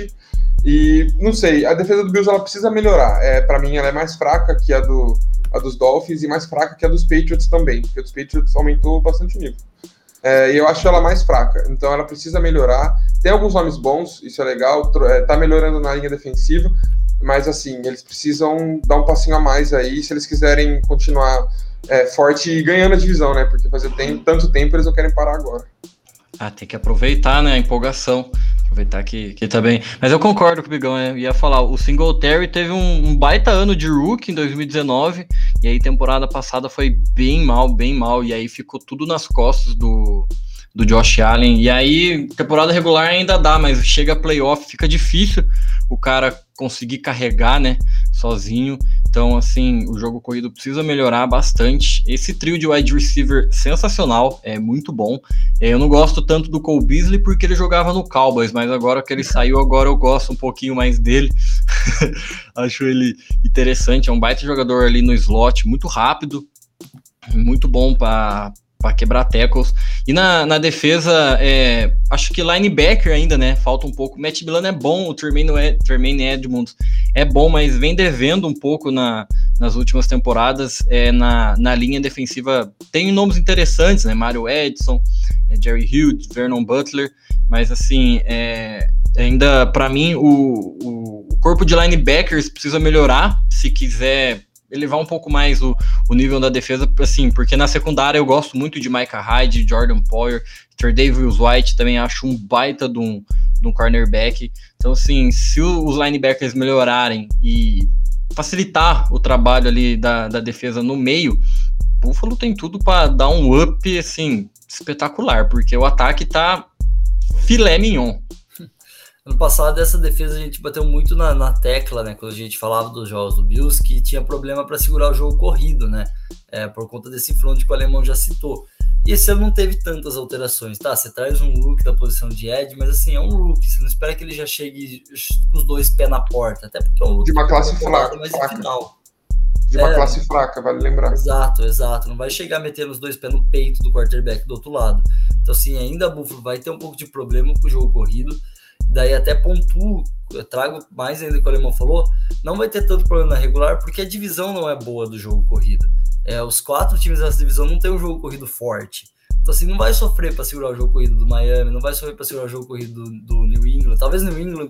e não sei, a defesa do Bills ela precisa melhorar, para mim ela é mais fraca que a dos Dolphins e mais fraca que a dos Patriots também, porque a dos Patriots aumentou bastante o nível. E eu acho ela mais fraca, então ela precisa melhorar. Tem alguns nomes bons, isso é legal, tá melhorando na linha defensiva, mas assim, eles precisam dar um passinho a mais aí, se eles quiserem continuar forte e ganhando a divisão, né, porque fazer tanto tempo eles não querem parar agora. Tem que aproveitar, né, a empolgação, aproveitar que tá bem. Mas eu concordo com o Bigão, eu ia falar, o Singletary teve um baita ano de rookie em 2019, e aí temporada passada foi bem mal, e aí ficou tudo nas costas do Josh Allen, e aí temporada regular ainda dá, mas chega playoff, fica difícil o cara conseguir carregar, né, sozinho. Então, assim, o jogo corrido precisa melhorar bastante. Esse trio de wide receiver sensacional, é muito bom. Eu não gosto tanto do Cole Beasley porque ele jogava no Cowboys, mas agora que ele saiu, agora eu gosto um pouquinho mais dele. Acho ele interessante, é um baita jogador ali no slot, muito rápido, muito bom para quebrar tackles. E na defesa, acho que linebacker ainda, né? Falta um pouco. O Matt Milano é bom, o Tremaine Edmonds é bom, mas vem devendo um pouco nas últimas temporadas. Na linha defensiva tem nomes interessantes, né? Mario Edson, Jerry Hughes, Vernon Butler, mas assim, ainda para mim o corpo de linebackers precisa melhorar se quiser elevar um pouco mais o nível da defesa, assim, porque na secundária eu gosto muito de Micah Hyde, Jordan Poyer, Tre'Davious White, também acho um baita de um cornerback. Então, assim, se os linebackers melhorarem e facilitar o trabalho ali da defesa no meio, Buffalo tem tudo para dar um up, assim, espetacular, porque o ataque tá filé mignon. Ano passado, essa defesa a gente bateu muito na tecla, né? Quando a gente falava dos jogos do Bills, que tinha problema para segurar o jogo corrido, né? Por conta desse front que o Alemão já citou. E esse ano não teve tantas alterações, tá? Você traz um rookie da posição de edge, mas assim, é um rookie. Você não espera que ele já chegue com os dois pés na porta, até porque é um rookie de uma classe fraca, mas no final. De uma classe fraca, vale lembrar. Exato. Não vai chegar metendo os dois pés no peito do quarterback do outro lado. Então, assim, ainda a Buffalo vai ter um pouco de problema com o jogo corrido. Daí até pontuo, eu trago mais ainda do que o Alemão falou, não vai ter tanto problema na regular, porque a divisão não é boa do jogo corrido. Os 4 times dessa divisão não tem um jogo corrido forte. Então assim, não vai sofrer para segurar o jogo corrido do Miami, não vai sofrer para segurar o jogo corrido do New England. Talvez New England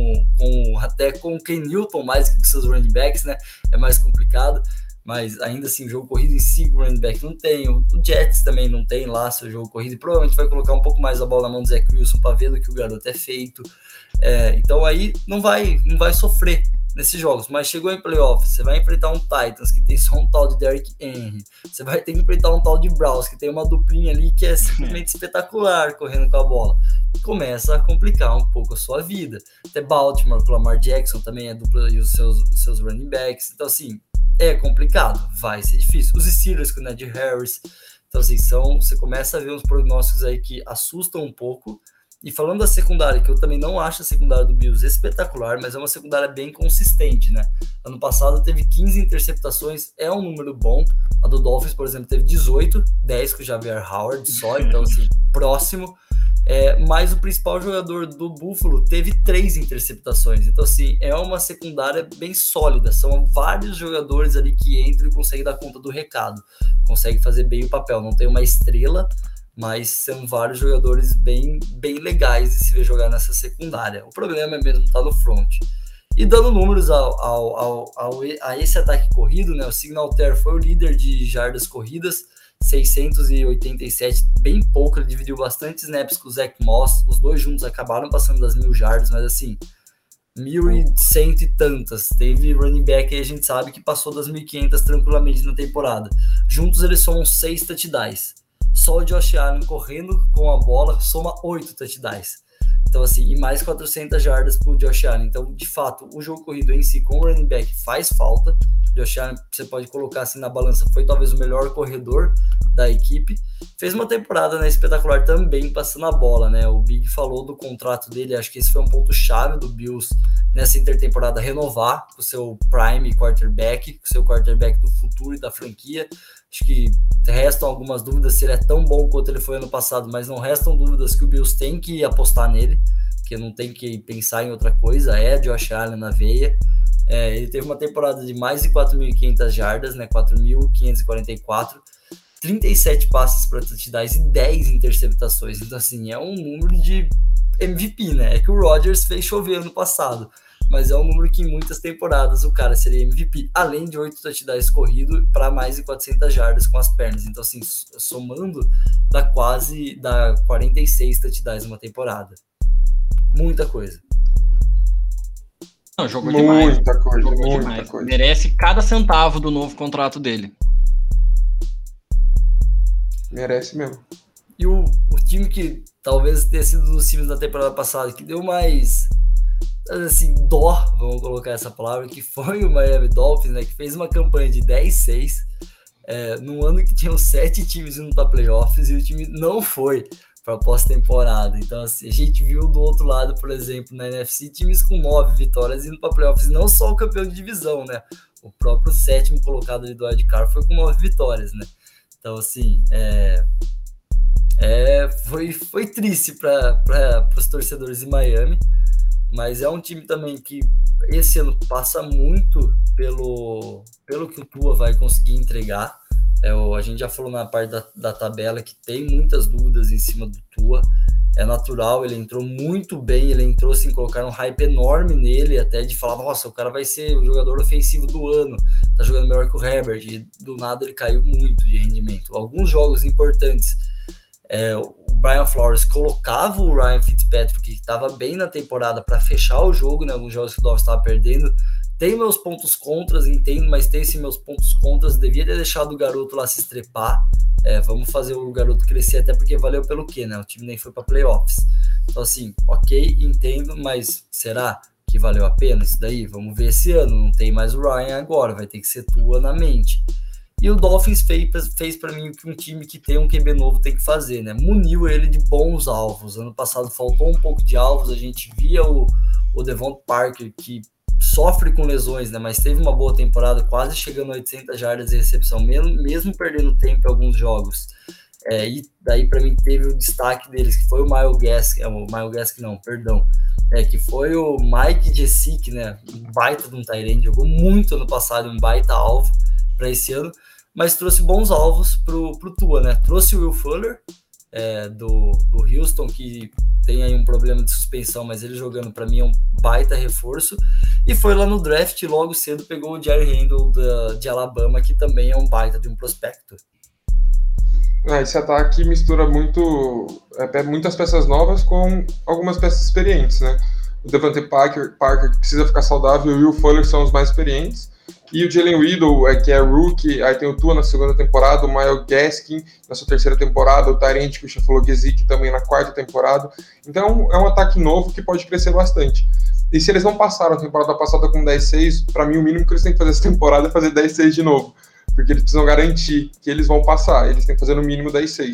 até com o Ken Newton mais que com seus running backs, né? É mais complicado. Mas ainda assim, o jogo corrido em si, o running back não tem. O Jets também não tem lá seu jogo corrido. E provavelmente vai colocar um pouco mais a bola na mão do Zach Wilson para ver do que o garoto é feito. Então aí não vai sofrer nesses jogos. Mas chegou em playoffs, você vai enfrentar um Titans que tem só um tal de Derrick Henry. Você vai ter que enfrentar um tal de Browns que tem uma duplinha ali que é simplesmente espetacular correndo com a bola. Começa a complicar um pouco a sua vida. Até Baltimore, com o Lamar Jackson também é dupla e os seus running backs. Então assim, é complicado, vai ser difícil. Os Steelers com o Najee Harris. Então, assim, você começa a ver uns prognósticos aí que assustam um pouco. E falando da secundária, que eu também não acho a secundária do Bills espetacular, mas é uma secundária bem consistente, né? Ano passado teve 15 interceptações, é um número bom. A do Dolphins, por exemplo, teve 18, 10 com o Javier Howard só, então assim, próximo. Mas o principal jogador do Buffalo teve 3 interceptações. Então, assim, é uma secundária bem sólida. São vários jogadores ali que entram e conseguem dar conta do recado. Conseguem fazer bem o papel. Não tem uma estrela, mas são vários jogadores bem legais de se ver jogar nessa secundária. O problema é mesmo estar no front. E dando números a esse ataque corrido, né? O Signal Terra foi o líder de jardas corridas, 687, bem pouco, ele dividiu bastante snaps com o Zach Moss, os dois juntos acabaram passando das 1.000 jardas, mas assim, 1.100 e tantas. Teve running back aí, a gente sabe que passou das 1.500 tranquilamente na temporada. Juntos eles somam 6 touchdowns. Só o Josh Allen correndo com a bola soma 8 touchdowns. Então, assim, e mais 400 jardas pro Josh Allen. Então, de fato, o jogo corrido em si com o running back faz falta. O Josh Allen, você pode colocar assim na balança, foi talvez o melhor corredor da equipe. Fez uma temporada, né, espetacular também passando a bola, né? O Big falou do contrato dele, acho que esse foi um ponto-chave do Bills nessa intertemporada, renovar com o seu prime quarterback, com o seu quarterback do futuro e da franquia. Acho que restam algumas dúvidas se ele é tão bom quanto ele foi ano passado, mas não restam dúvidas que o Bills tem que apostar nele, porque não tem que pensar em outra coisa, é Josh Allen na veia. Ele teve uma temporada de mais de 4.500 jardas, né, 4.544, 37 passes para touchdowns e 10 interceptações. Então, assim, é um número de MVP, né? É que o Rodgers fez chover ano passado, mas é um número que em muitas temporadas o cara seria MVP, além de 8 touchdowns corrido para mais de 400 jardas com as pernas. Então, assim, somando, dá 46 touchdowns numa temporada. Muita coisa. Não, jogou demais. Muita coisa, Jogou muita demais. coisa. Merece cada centavo do novo contrato dele. Merece mesmo. E o time que talvez tenha sido um dos times da temporada passada que deu mais, assim, dó, vamos colocar essa palavra, que foi o Miami Dolphins, né, que fez uma campanha de 10-6, num ano que tinham 7 times indo para playoffs e o time não foi para pós-temporada. Então, assim, a gente viu do outro lado, por exemplo, na NFC, times com 9 vitórias indo para playoffs, não só o campeão de divisão, né? O próprio 7º colocado ali do wildcard foi com 9 vitórias, né? Então, assim, foi triste para os torcedores de Miami, mas é um time também que esse ano passa muito pelo que o Tua vai conseguir entregar. A gente já falou na parte da tabela que tem muitas dúvidas em cima do Tua. É natural, ele entrou muito bem, ele entrou sem colocar um hype enorme nele, até de falar, nossa, o cara vai ser o jogador ofensivo do ano, tá jogando melhor que o Herbert, e do nada ele caiu muito de rendimento. Alguns jogos importantes, o Brian Flores colocava o Ryan Fitzpatrick, que estava bem na temporada, para fechar o jogo, né? Alguns jogos que o Dolphins estava perdendo. Tem meus pontos contras, entendo, mas tem sim meus pontos contras. Devia ter deixado o garoto lá se estrepar. Vamos fazer o garoto crescer, até porque valeu pelo quê, né? O time nem foi para playoffs. Então, assim, ok, entendo, mas será que valeu a pena isso daí? Vamos ver esse ano. Não tem mais o Ryan agora, vai ter que ser Tua na mente. E o Dolphins fez para mim o que um time que tem um QB novo tem que fazer, né? Muniu ele de bons alvos. Ano passado faltou um pouco de alvos, a gente via o Devon Parker, que sofre com lesões, né? Mas teve uma boa temporada, quase chegando a 800 jardas de recepção, mesmo perdendo tempo em alguns jogos. E daí, para mim, teve o destaque deles, que foi o Myles Gaskin, que foi o Mike Gesicki, né? Um baita de um tight end, jogou muito ano passado, um baita alvo para esse ano, mas trouxe bons alvos pro Tua, né? Trouxe o Will Fuller, do Houston, que tem aí um problema de suspensão, mas ele jogando para mim é um baita reforço, e foi lá no draft logo cedo, pegou o Jerry Handle de Alabama, que também é um baita de um prospecto. Esse ataque mistura muitas peças novas com algumas peças experientes, né? O Devontae Parker que precisa ficar saudável, e o Will Fuller são os mais experientes, e o Jalen Riddle, que é rookie, aí tem o Tua na segunda temporada, o Myles Gaskin na sua terceira temporada, o Tyrant, que já falou, Gesicki também na quarta temporada. Então é um ataque novo que pode crescer bastante. E se eles não passaram a temporada passada com 10-6, para mim o mínimo que eles têm que fazer essa temporada é fazer 10-6 de novo, porque eles precisam garantir que eles vão passar, eles têm que fazer no mínimo 10-6.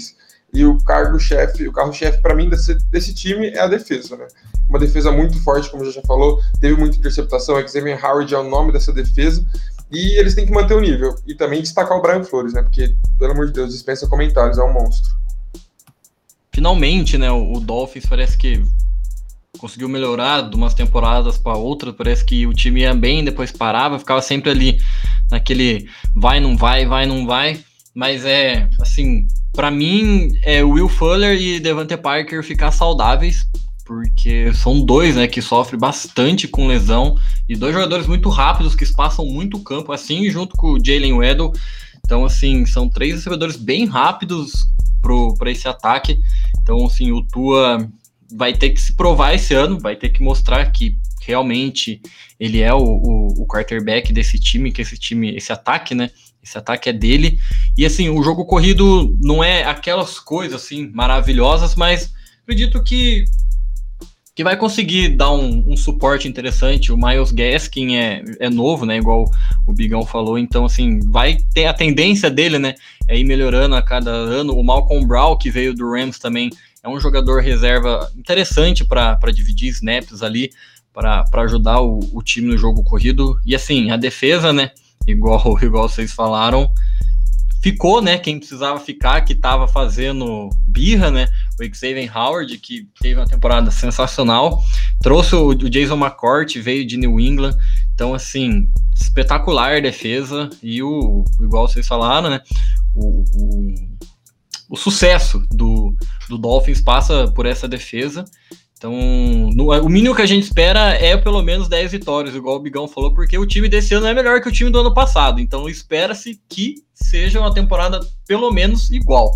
e o carro-chefe para mim desse time é a defesa, né? Uma defesa muito forte, como já falou, teve muita interceptação, Xavier Howard é o nome dessa defesa, e eles têm que manter o nível, e também destacar o Brian Flores, né? Porque, pelo amor de Deus, dispensa comentários, é um monstro. Finalmente, né, o Dolphins parece que conseguiu melhorar de umas temporadas para outras, parece que o time ia bem, depois parava, ficava sempre ali naquele vai, não vai, mas assim, para mim, o Will Fuller e Devante Parker ficar saudáveis, porque são dois, né, que sofrem bastante com lesão, e dois jogadores muito rápidos que espaçam muito o campo, assim, junto com o Jalen Waddle. Então, assim, são 3 recebedores bem rápidos para esse ataque. Então, assim, o Tua vai ter que se provar esse ano, vai ter que mostrar que realmente ele é o quarterback desse time, que esse ataque, né? Esse ataque é dele. E assim, o jogo corrido não é aquelas coisas assim maravilhosas, mas acredito que vai conseguir dar um suporte interessante. O Myles Gaskin é novo, né? Igual o Bigão falou. Então, assim, vai ter a tendência dele, né? É ir melhorando a cada ano. O Malcolm Brown, que veio do Rams também, é um jogador reserva interessante para dividir snaps ali, para ajudar o time no jogo corrido. E assim, a defesa, né? Igual vocês falaram, ficou, né? Quem precisava ficar, que estava fazendo birra, né? O Xavier Howard, que teve uma temporada sensacional, trouxe o Jason McCourt, veio de New England. Então, assim, espetacular defesa. E igual vocês falaram, né? O sucesso do Dolphins passa por essa defesa. Então, o mínimo que a gente espera é pelo menos 10 vitórias, igual o Bigão falou, porque o time desse ano é melhor que o time do ano passado. Então, espera-se que seja uma temporada pelo menos igual.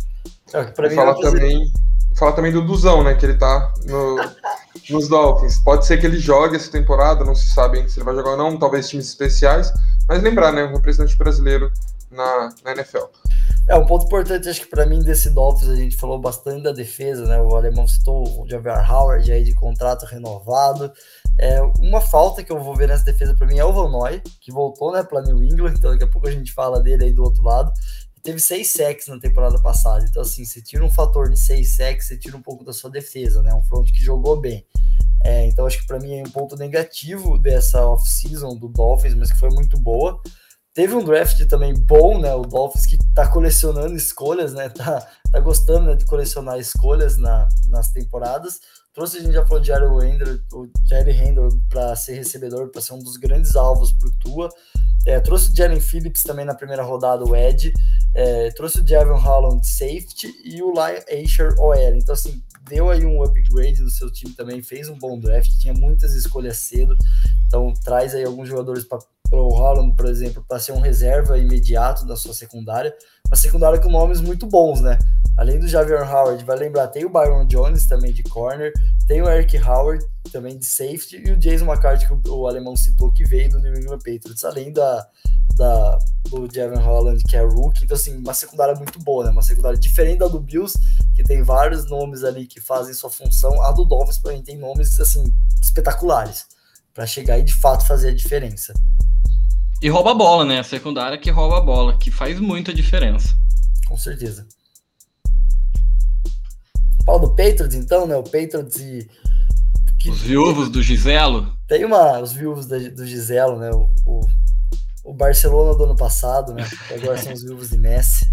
Fala também do Duzão, né? Que ele tá nos Dolphins. Pode ser que ele jogue essa temporada, não se sabe ainda se ele vai jogar ou não, talvez times especiais. Mas lembrar, né? Um representante brasileiro na NFL. Um ponto importante, acho que para mim, desse Dolphins, a gente falou bastante da defesa, né? O alemão citou o Javier Howard aí de contrato renovado. Uma falta que eu vou ver nessa defesa para mim é o Van Noy, que voltou, né, para New England, então daqui a pouco a gente fala dele aí do outro lado. Teve 6 sacks na temporada passada, então assim, você tira um fator de 6 sacks, você tira um pouco da sua defesa, né? Um front que jogou bem. Então acho que para mim é um ponto negativo dessa off-season do Dolphins, mas que foi muito boa. Teve um draft também bom, né? O Dolphins que tá colecionando escolhas, né? Tá gostando, né, de colecionar escolhas nas temporadas. Trouxe, a gente já falou de Jerry Handler para ser recebedor, para ser um dos grandes alvos pro Tua. Trouxe o Jalen Phillips também na primeira rodada, o Ed. Trouxe o Javon Holland safety e o Lion Asher OL. Então, assim, deu aí um upgrade no seu time também, fez um bom draft, tinha muitas escolhas cedo. Então, traz aí alguns jogadores para o Holland, por exemplo, para ser um reserva imediato da sua secundária. Uma secundária com nomes muito bons, né? Além do Javier Howard, vai lembrar, tem o Byron Jones também de corner, tem o Eric Howard também de safety e o Jason McCarthy, que o alemão citou, que veio do New England Patriots, além do Javon Holland, que é rookie. Então, assim, uma secundária muito boa, né? Uma secundária diferente da do Bills, que tem vários nomes ali que fazem sua função. A do Dolphins, para mim, tem nomes, assim, espetaculares para chegar e, de fato, fazer a diferença. E rouba a bola, né? A secundária que rouba a bola, que faz muita diferença. Com certeza. Fala do Patriots, então, né? O Patriots e... Os viúvos do Giselo. Tem os viúvos do Giselo, né? O Barcelona do ano passado, né? Agora são os viúvos de Messi.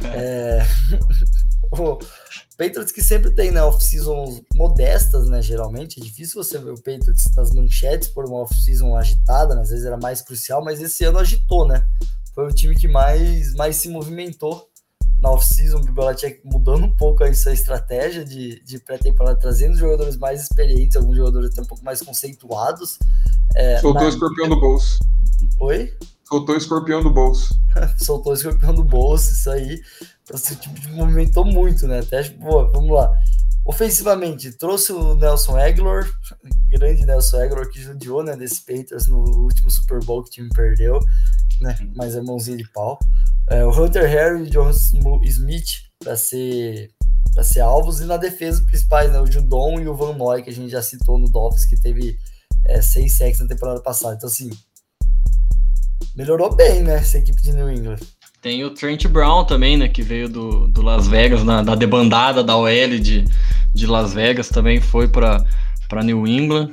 O Patriots que sempre tem, né, off-seasons modestas, né? Geralmente é difícil você ver o Patriots nas manchetes por uma off-season agitada, né? Às vezes era mais crucial, mas esse ano agitou, né? Foi o time que mais se movimentou na off-season. O Belichick mudando um pouco aí sua estratégia de pré-temporada, trazendo jogadores mais experientes, alguns jogadores até um pouco mais conceituados. Soltou o escorpião do bolso. Oi? Soltou o escorpião do bolso. Soltou o escorpião do bolso, isso aí. Então, o time movimentou muito, né? Até, vamos lá. Ofensivamente, trouxe o Nelson Agholor, grande Nelson Agholor, que judiou, né, desse Patriots no último Super Bowl que o time perdeu, né? Mas é mãozinha de pau. O Hunter Harry e o John Smith para ser alvos, e na defesa principais, né, o Judon e o Van Noy, que a gente já citou no Dolphins, que teve 6 sacks na temporada passada. Então, assim, melhorou bem, né, essa equipe de New England. Tem o Trent Brown também, né, que veio do Las Vegas, da debandada da OL de Las Vegas, também foi para New England.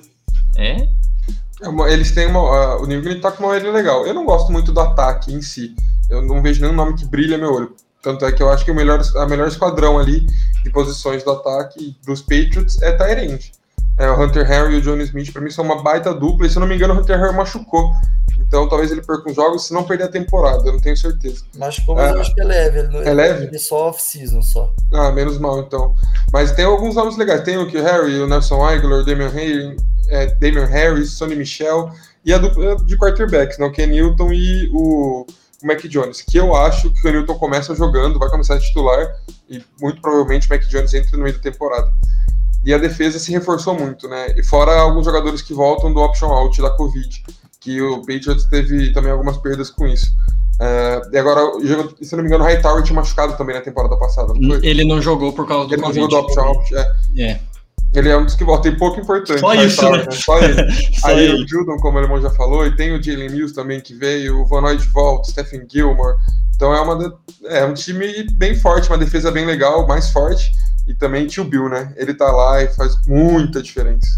Eles têm o New England tá com uma OL legal. Eu não gosto muito do ataque em si. Eu não vejo nenhum nome que brilha meu olho. Tanto é que eu acho que a melhor esquadrão ali de posições do ataque dos Patriots é tight end. O Hunter Henry e o Jonnu Smith, para mim, são uma baita dupla. E se eu não me engano, o Hunter Henry machucou. Então talvez ele perca uns jogos, se não perder a temporada, eu não tenho certeza. Machucou, mas eu acho que é leve. É leve? Ele é só off-season, só. Menos mal, então. Mas tem alguns nomes legais. Tem o Q Harry, o Nelson Aguilar, o Damian Harris, Sonny Michel e a dupla de quarterbacks, né? O Ken Newton e o Mac Jones, que eu acho que o Ken Newton começa jogando, vai começar a titular e muito provavelmente o Mac Jones entra no meio da temporada. E a defesa se reforçou muito, né? E fora alguns jogadores que voltam do option out da Covid, que o Patriots teve também algumas perdas com isso. E agora, se não me engano, o Hightower tinha machucado também na temporada passada, não foi? Ele não jogou por causa do Covid. Ele não jogou do option out, Ele é um dos que volta, tem pouco importante. Só isso, né? Só ele. Aí o Judon, como o Alemão já falou, e tem o Jalen Mills também que veio, o Van Noy de volta, o Stephen Gilmore. Então é um time bem forte, uma defesa bem legal, mais forte. E também tinha o Bill, né? Ele tá lá e faz muita diferença.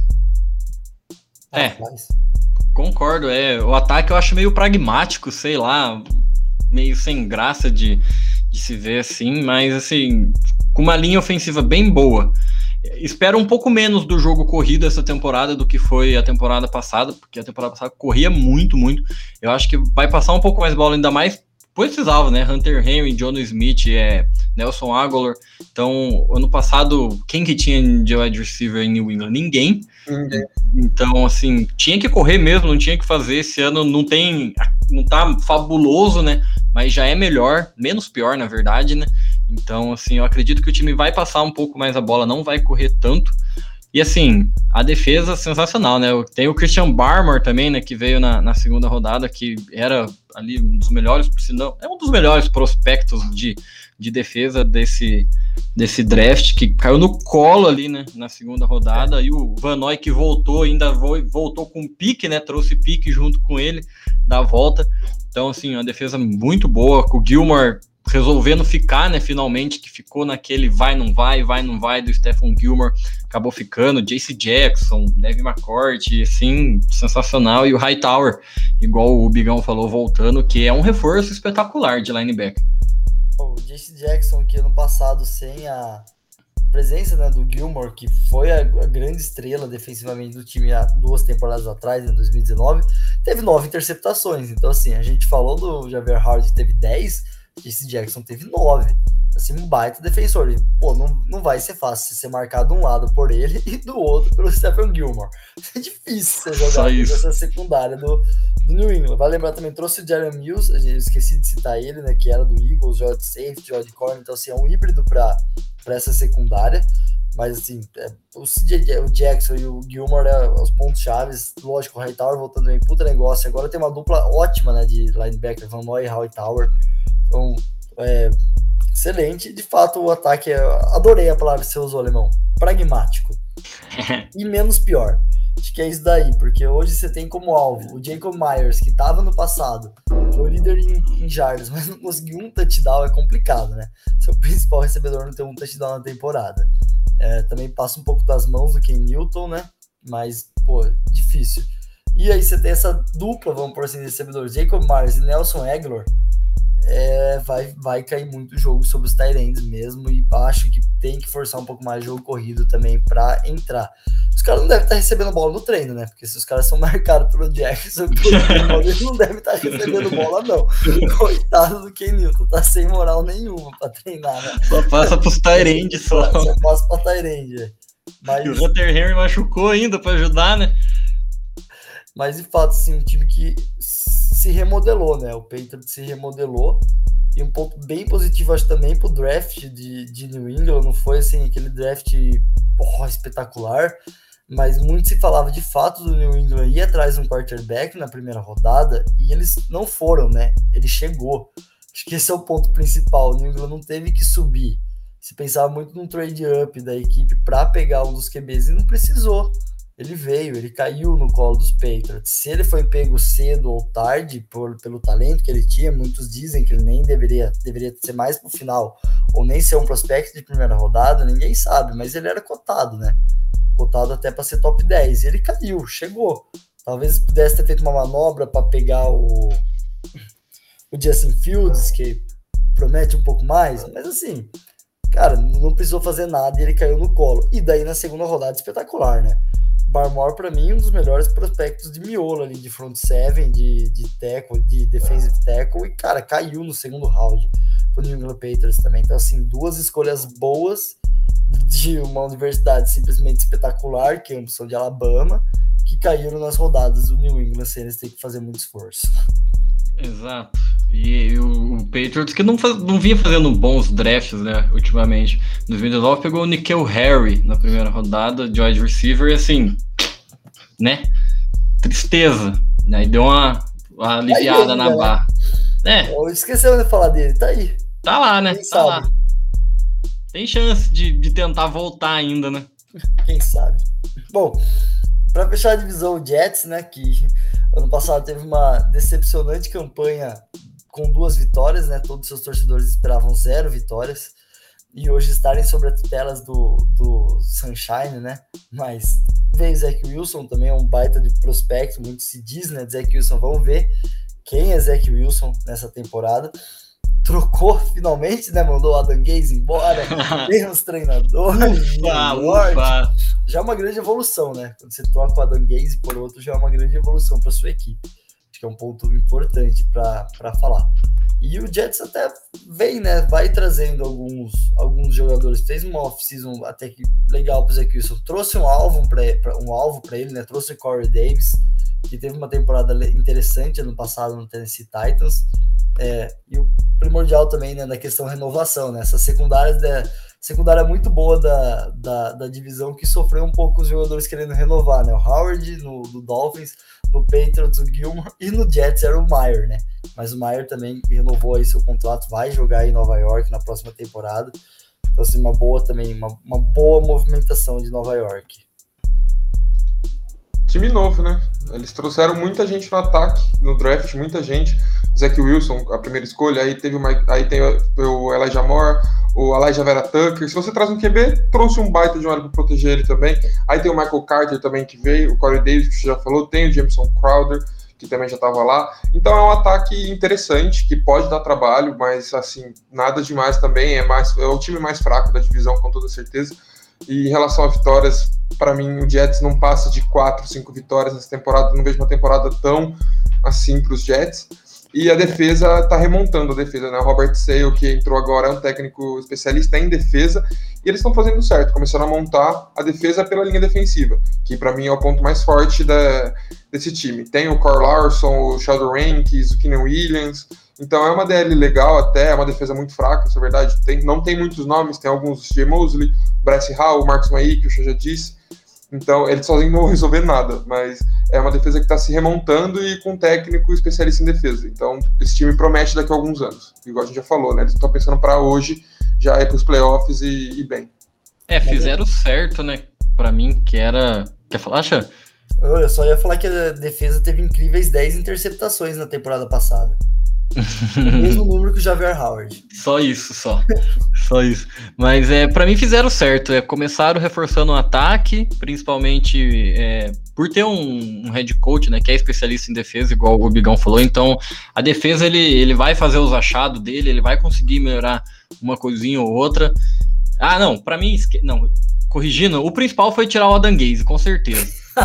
Concordo. O ataque eu acho meio pragmático, sei lá, meio sem graça de se ver assim, mas assim, com uma linha ofensiva bem boa. Espero um pouco menos do jogo corrido essa temporada do que foi a temporada passada, porque a temporada passada corria muito. Eu acho que vai passar um pouco mais bola, ainda mais precisava, né? Hunter Henry, Jonnu Smith, Nelson Aguilar. Então, ano passado, quem que tinha de wide receiver em New England? Ninguém. Então, assim, tinha que correr mesmo, não tinha que fazer. Esse ano não tá fabuloso, né? Mas já é melhor, menos pior, na verdade, né? Então, assim, eu acredito que o time vai passar um pouco mais a bola, não vai correr tanto. E, assim, a defesa sensacional, né? Tem o Christian Barmore também, né? Que veio na segunda rodada, que era ali um dos melhores, se não, é um dos melhores prospectos de defesa desse draft, que caiu no colo ali, né? Na segunda rodada. E o Van Noy, que voltou, voltou com pique, né? Trouxe pique junto com ele da volta. Então, assim, uma defesa muito boa, com o Gilmore resolvendo ficar, né, finalmente, que ficou naquele vai, não vai, do Stephen Gilmore, acabou ficando, J.C. Jackson, Devin McCourt, assim, sensacional, e o Hightower, igual o Bigão falou, voltando, que é um reforço espetacular de linebacker. O J.C. Jackson, que ano passado, sem a presença, né, do Gilmore, que foi a grande estrela defensivamente do time há 2 temporadas atrás, em 2019, teve 9 interceptações, então assim, a gente falou do Javier Howard que teve 10, esse Jackson teve 9, assim, um baita defensor. Pô, não vai ser fácil ser marcado um lado por ele e do outro pelo Stephen Gilmore. É difícil você jogar essa secundária do New England. Vai lembrar também, trouxe o Jalen Mills, eu esqueci de citar ele, né, que era do Eagles, joga de safety, joga de corner, então assim, é um híbrido para essa secundária. Mas assim, o Jackson e o Gilmore os pontos chaves. Lógico, o Hightower voltando bem, puta negócio. Agora tem uma dupla ótima, né, de linebacker, Van Noy e Hightower. Então, excelente. De fato, o ataque, adorei a palavra que você usou, Alemão, pragmático e menos pior. Acho que é isso daí, porque hoje você tem como alvo o Jacob Myers, que estava no passado, foi o líder em jardas, mas não conseguiu um touchdown, é complicado, né? Seu principal recebedor não tem um touchdown na temporada. Também passa um pouco das mãos do Ken Newton, né? Mas, pô, difícil. E aí você tem essa dupla, vamos por assim, de recebedores, Jacob Myers e Nelson Aguilar. Vai cair muito jogo sobre os tight ends mesmo, e acho que tem que forçar um pouco mais o jogo corrido também para entrar. Os caras não devem estar recebendo bola no treino, né? Porque se os caras são marcados pelo Jackson, eles não devem estar recebendo bola, não. Coitado do Ken Newton, tá sem moral nenhuma para treinar, né? Só passa pros tight ends só passa pra tight end. Mas... E o Hunter Henry machucou ainda para ajudar, né? Mas de fato, sim, um time que se remodelou, né? O Patriots se remodelou, e um ponto bem positivo, acho, também pro draft de New England. Não foi assim aquele draft espetacular, mas muito se falava de fato do New England ir atrás de um quarterback na primeira rodada, e eles não foram, né? Ele chegou. Acho que esse é o ponto principal. O New England não teve que subir. Se pensava muito num trade up da equipe para pegar um dos QBs e não precisou. ele caiu no colo dos Patriots. Se ele foi pego cedo ou tarde pelo talento que ele tinha, muitos dizem que ele nem deveria ser mais pro final, ou nem ser um prospecto de primeira rodada, ninguém sabe, mas ele era cotado, né? Cotado até para ser top 10. E ele caiu, chegou. Talvez pudesse ter feito uma manobra para pegar o Justin Fields, que promete um pouco mais, mas assim, cara, não precisou fazer nada e ele caiu no colo. E daí na segunda rodada, espetacular, né? Barmore, para mim, um dos melhores prospectos de miolo ali, de front seven, de tackle, de defensive tackle, e, cara, caiu no segundo round pro New England Patriots também. Então, assim, 2 escolhas boas de uma universidade simplesmente espetacular, que é a opção de Alabama, que caíram nas rodadas do New England, sem eles terem que fazer muito esforço. Exato. E o Patriots, que não vinha fazendo bons drafts, né, ultimamente. Em 2019 pegou o N'Keal Harry na primeira rodada de wide receiver, e assim, né, tristeza, né, e deu uma aliviada na barra. Né? Esqueceu de falar dele, tá aí. Tá lá, né, tá lá. Tem chance de tentar voltar ainda, né. Quem sabe. Bom, para fechar a divisão, o Jets, né, que ano passado teve uma decepcionante campanha com 2 vitórias, né? Todos os seus torcedores esperavam 0 vitórias. E hoje estarem sobre as tutelas do Sunshine, né? Mas veio Zach Wilson, também é um baita de prospecto, muito se diz, né? Zach Wilson, vamos ver quem é Zach Wilson nessa temporada. Trocou finalmente, né? Mandou o Adam Gase embora, tem uns treinadores. Ufa. Já é uma grande evolução, né? Quando você troca o Adam Gase por outro, já é uma grande evolução para sua equipe. Acho que é um ponto importante para falar. E o Jets até vem, né? Vai trazendo alguns jogadores. Fez uma off-season até que legal para o Zach Wilson. Trouxe um alvo para ele, né? Trouxe o Corey Davis, que teve uma temporada interessante ano passado no Tennessee Titans. E o primordial também, né, na questão renovação, né? Essa secundária muito boa da divisão, que sofreu um pouco os jogadores querendo renovar, né? O Howard no Dolphins, no Patriots, o Gilmore, e no Jets era o Meyer, né? Mas o Meyer também renovou aí seu contrato, vai jogar em Nova York na próxima temporada. Então, assim, uma boa movimentação de Nova York. Time novo, né? Eles trouxeram muita gente no ataque, no draft, muita gente. Zach Wilson, a primeira escolha, aí tem o Elijah Moore, o Elijah Vera Tucker. Se você traz um QB, trouxe um baita de um para proteger ele também. Aí tem o Michael Carter também que veio, o Corey Davis, que você já falou, tem o Jameson Crowder, que também já estava lá. Então é um ataque interessante, que pode dar trabalho, mas assim, nada demais também. É o time mais fraco da divisão, com toda certeza. E em relação a vitórias, para mim o Jets não passa de 4, 5 vitórias nessa temporada. Não vejo uma temporada tão assim para os Jets. E a defesa está remontando a defesa, né? O Robert Sale, que entrou agora, é um técnico especialista em defesa, e eles estão fazendo certo, começando a montar a defesa pela linha defensiva, que para mim é o ponto mais forte desse time. Tem o Carl Larson, o Sheldon Rankins, o Keenan Williams, então é uma DL legal até, é uma defesa muito fraca, isso é verdade. Não tem muitos nomes, tem alguns, Jay Mosley, Bryce Hall, o Marcus Mayi, que eu já disse. Então, eles sozinhos não vão resolver nada, mas é uma defesa que está se remontando e com um técnico especialista em defesa. Então, esse time promete daqui a alguns anos. Igual a gente já falou, né? Eles estão pensando para hoje já ir para os playoffs e bem. Fizeram certo, né? Para mim, que era... Quer falar, Xan? Eu só ia falar que a defesa teve incríveis 10 interceptações na temporada passada. O mesmo número que o Javier Howard. Só isso. Mas para mim fizeram certo. Começaram reforçando o ataque, principalmente por ter um head coach, né, que é especialista em defesa, igual o Bigão falou. Então a defesa ele vai fazer os achados dele, ele vai conseguir melhorar uma coisinha ou outra. Para mim, corrigindo, o principal foi tirar o Adam Gase, com certeza.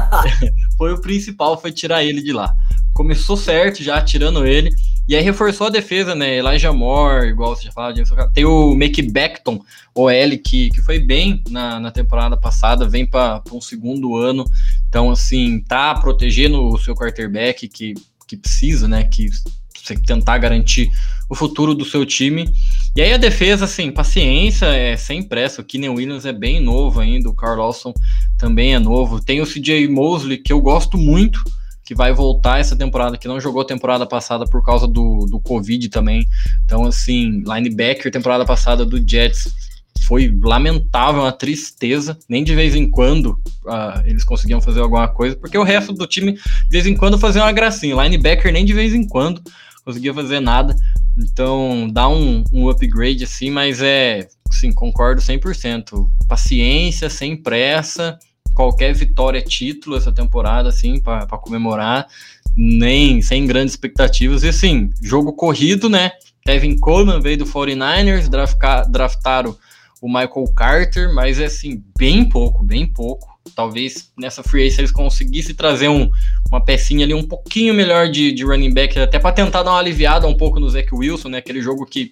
O principal foi tirar ele de lá. Começou certo já tirando ele. E aí reforçou a defesa, né? Elijah Moore, igual você já falou. Tem o Mekhi Becton, OL, que foi bem na temporada passada, vem para um segundo ano. Então, assim, tá protegendo o seu quarterback que precisa, né? Que você tentar garantir o futuro do seu time. E aí a defesa, assim, paciência, sem pressa. O Keenan Williams é bem novo ainda, o Carl Lawson também é novo. Tem o CJ Mosley, que eu gosto muito, que vai voltar essa temporada, que não jogou a temporada passada por causa do Covid também. Então, assim, linebacker, temporada passada do Jets, foi lamentável, uma tristeza. Nem de vez em quando eles conseguiam fazer alguma coisa, porque o resto do time, de vez em quando, fazia uma gracinha. O linebacker nem de vez em quando conseguia fazer nada. Então, dá um upgrade assim, mas sim, concordo 100%. Paciência, sem pressa. Qualquer vitória é título essa temporada, assim, para comemorar. Nem sem grandes expectativas. E assim, jogo corrido, né? Kevin Coleman veio do 49ers, draftaram o Michael Carter, mas assim, bem pouco. Talvez nessa free agency eles conseguissem trazer uma pecinha ali um pouquinho melhor de running back, até para tentar dar uma aliviada um pouco no Zach Wilson, né? Aquele jogo que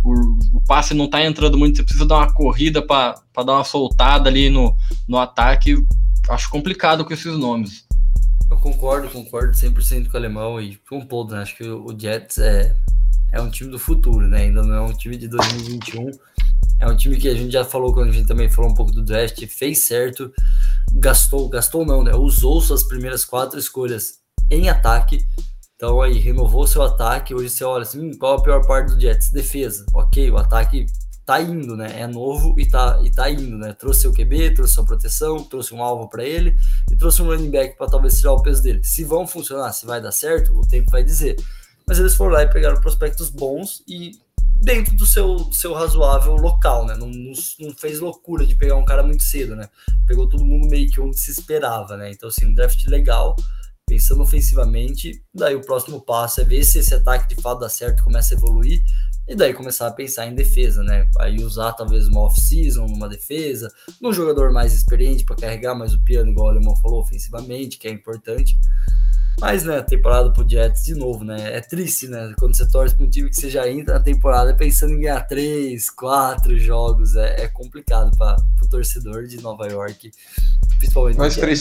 o passe não tá entrando muito, você precisa dar uma corrida para dar uma soltada ali no ataque. Acho complicado com esses nomes. Eu concordo 100% com o Alemão e com todo, né? Acho que o Jets é um time do futuro, né? Ainda não é um time de 2021. É um time que a gente já falou, quando a gente também falou um pouco do draft, fez certo, gastou não, né? Usou suas primeiras 4 escolhas em ataque. Então aí renovou seu ataque. Hoje você olha assim, qual a pior parte do Jets? Defesa. Ok, o ataque tá indo, né? É novo e tá indo, né? Trouxe seu QB, trouxe sua proteção, trouxe um alvo para ele e trouxe um running back para talvez tirar o peso dele. Se vão funcionar, se vai dar certo, o tempo vai dizer. Mas eles foram lá e pegaram prospectos bons e dentro do seu razoável local, né? Não fez loucura de pegar um cara muito cedo, né? Pegou todo mundo meio que onde se esperava, né? Então, assim, um draft legal, pensando ofensivamente. Daí o próximo passo é ver se esse ataque de fato dá certo, começa a evoluir. E daí começar a pensar em defesa, né? Aí usar talvez uma off-season, numa defesa, num jogador mais experiente para carregar mais o piano, igual o Alemão falou, ofensivamente, que é importante. Mas, né, temporada pro Jets de novo, né? É triste, né? Quando você torce para um time que você já entra na temporada pensando em ganhar 3, 4 jogos. É complicado para o torcedor de Nova York. Principalmente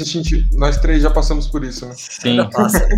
nós três já passamos por isso, né? Sim. Ainda passa.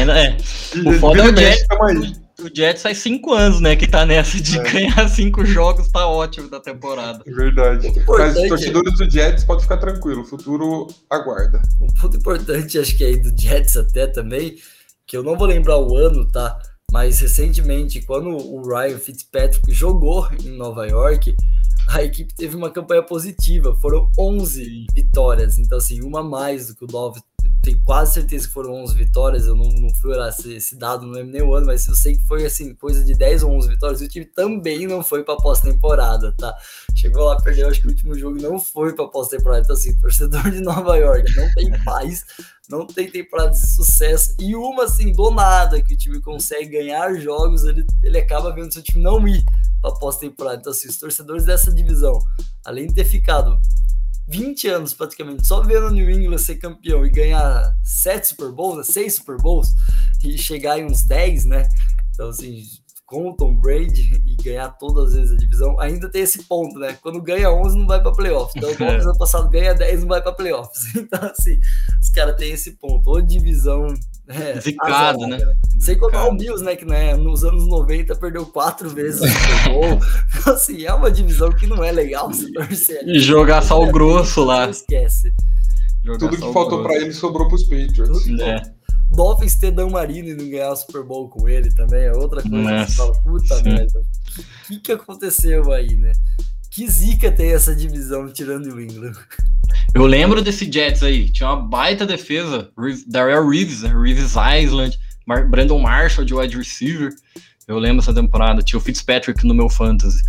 O foda é o Jets. O Jets faz 5 anos, né, que tá nessa de ganhar 5 jogos, tá ótimo da temporada. Verdade. Mas os torcedores do Jets podem ficar tranquilo, o futuro aguarda. Um ponto importante, acho que aí do Jets até também, que eu não vou lembrar o ano, tá? Mas recentemente, quando o Ryan Fitzpatrick jogou em Nova York, a equipe teve uma campanha positiva, foram 11 vitórias, então assim, uma a mais do que o Dolphins. Tenho quase certeza que foram 11 vitórias, eu não fui olhar esse dado, não lembro nem o ano, mas eu sei que foi assim, coisa de 10 ou 11 vitórias, e o time também não foi para pós-temporada, tá? Chegou lá, perdeu, acho que o último jogo não foi para pós-temporada, então assim, torcedor de Nova York não tem paz, não tem temporada de sucesso, e uma assim, do nada, que o time consegue ganhar jogos, ele acaba vendo seu time não ir para pós-temporada, então assim, os torcedores dessa divisão, além de ter ficado 20 anos praticamente só vendo o New England ser campeão e ganhar 7 Super Bowls, né, 6 Super Bowls e chegar em uns 10, né? Então, assim, com o Tom Brady e ganhar todas as vezes a divisão, ainda tem esse ponto, né? Quando ganha 11 não vai para playoffs. Então, o Dolphins ano passado ganha 10 não vai para playoffs. Então, assim, os caras têm esse ponto. Ou divisão zicado, né? Sem contar o Bills, né? Que né, nos anos 90 perdeu 4 vezes o Super Bowl. Então, assim, é uma divisão que não é legal se torcer. E jogar sal grosso lá. Esquece. Tudo que faltou para ele sobrou para os Patriots. Dolphins ter Dan Marino e não ganhar o Super Bowl com ele também é outra coisa. Nossa, que você fala, puta merda. O que aconteceu aí, né? Que zica tem essa divisão tirando o England? Eu lembro desse Jets aí, tinha uma baita defesa, Darrell Reeves, né? Reeves Island, Brandon Marshall de wide receiver. Eu lembro essa temporada, tinha o Fitzpatrick no meu fantasy.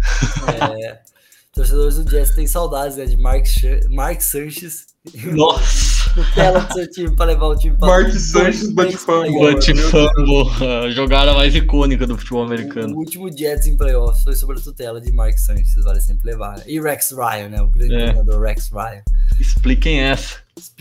Torcedores do Jets têm saudades, né, de Mark Sanchez. Nossa! Tutela do seu time para levar o time para Mark Sanchez, Butt Fumble, a jogada mais icônica do futebol americano. O último Jets em playoffs foi sobre a tutela de Mark Sanchez, vale sempre levar. Né? E Rex Ryan, né, o grande treinador Rex Ryan. Expliquem essa.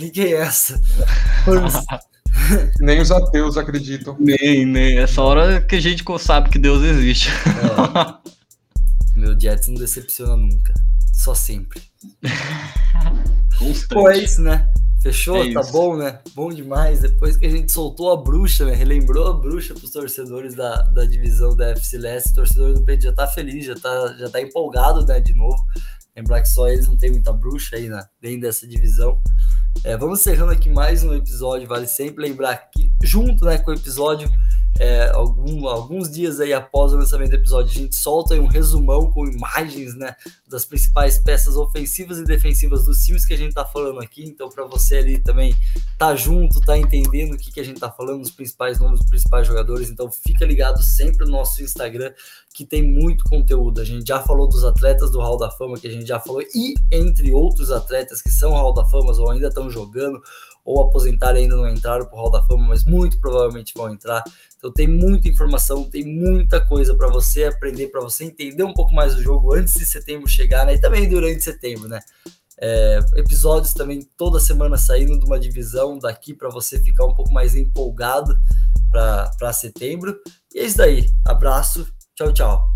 Nem os ateus acreditam. Nem. Essa hora que a gente sabe que Deus existe. Meu Jets não decepciona nunca. Só sempre. Constante. Pô, é isso, né? Fechou? Tá isso. Bom, né? Bom demais. Depois que a gente soltou a bruxa, né? Relembrou a bruxa pros torcedores da divisão da FC Leste. O torcedor do Peito já tá feliz, já tá empolgado, né? De novo. Lembrar que só eles não tem muita bruxa aí, né? Dentro dessa divisão. Vamos encerrando aqui mais um episódio. Vale sempre lembrar que, junto, né, com o episódio, alguns dias aí após o lançamento do episódio, a gente solta aí um resumão com imagens, né, das principais peças ofensivas e defensivas dos times que a gente tá falando aqui. Então, para você ali também tá junto, tá entendendo o que a gente tá falando, os principais nomes, os principais jogadores. Então, fica ligado sempre no nosso Instagram, que tem muito conteúdo. A gente já falou dos atletas do Hall da Fama, que a gente já falou, e entre outros atletas que são Hall da Fama ou ainda estão jogando, ou aposentaram e ainda não entraram pro Hall da Fama, mas muito provavelmente vão entrar. Então tem muita informação, tem muita coisa para você aprender, para você entender um pouco mais do jogo antes de setembro chegar, né? E também durante setembro, né? Episódios também toda semana saindo de uma divisão daqui para você ficar um pouco mais empolgado para setembro. E é isso daí. Abraço. Tchau, tchau.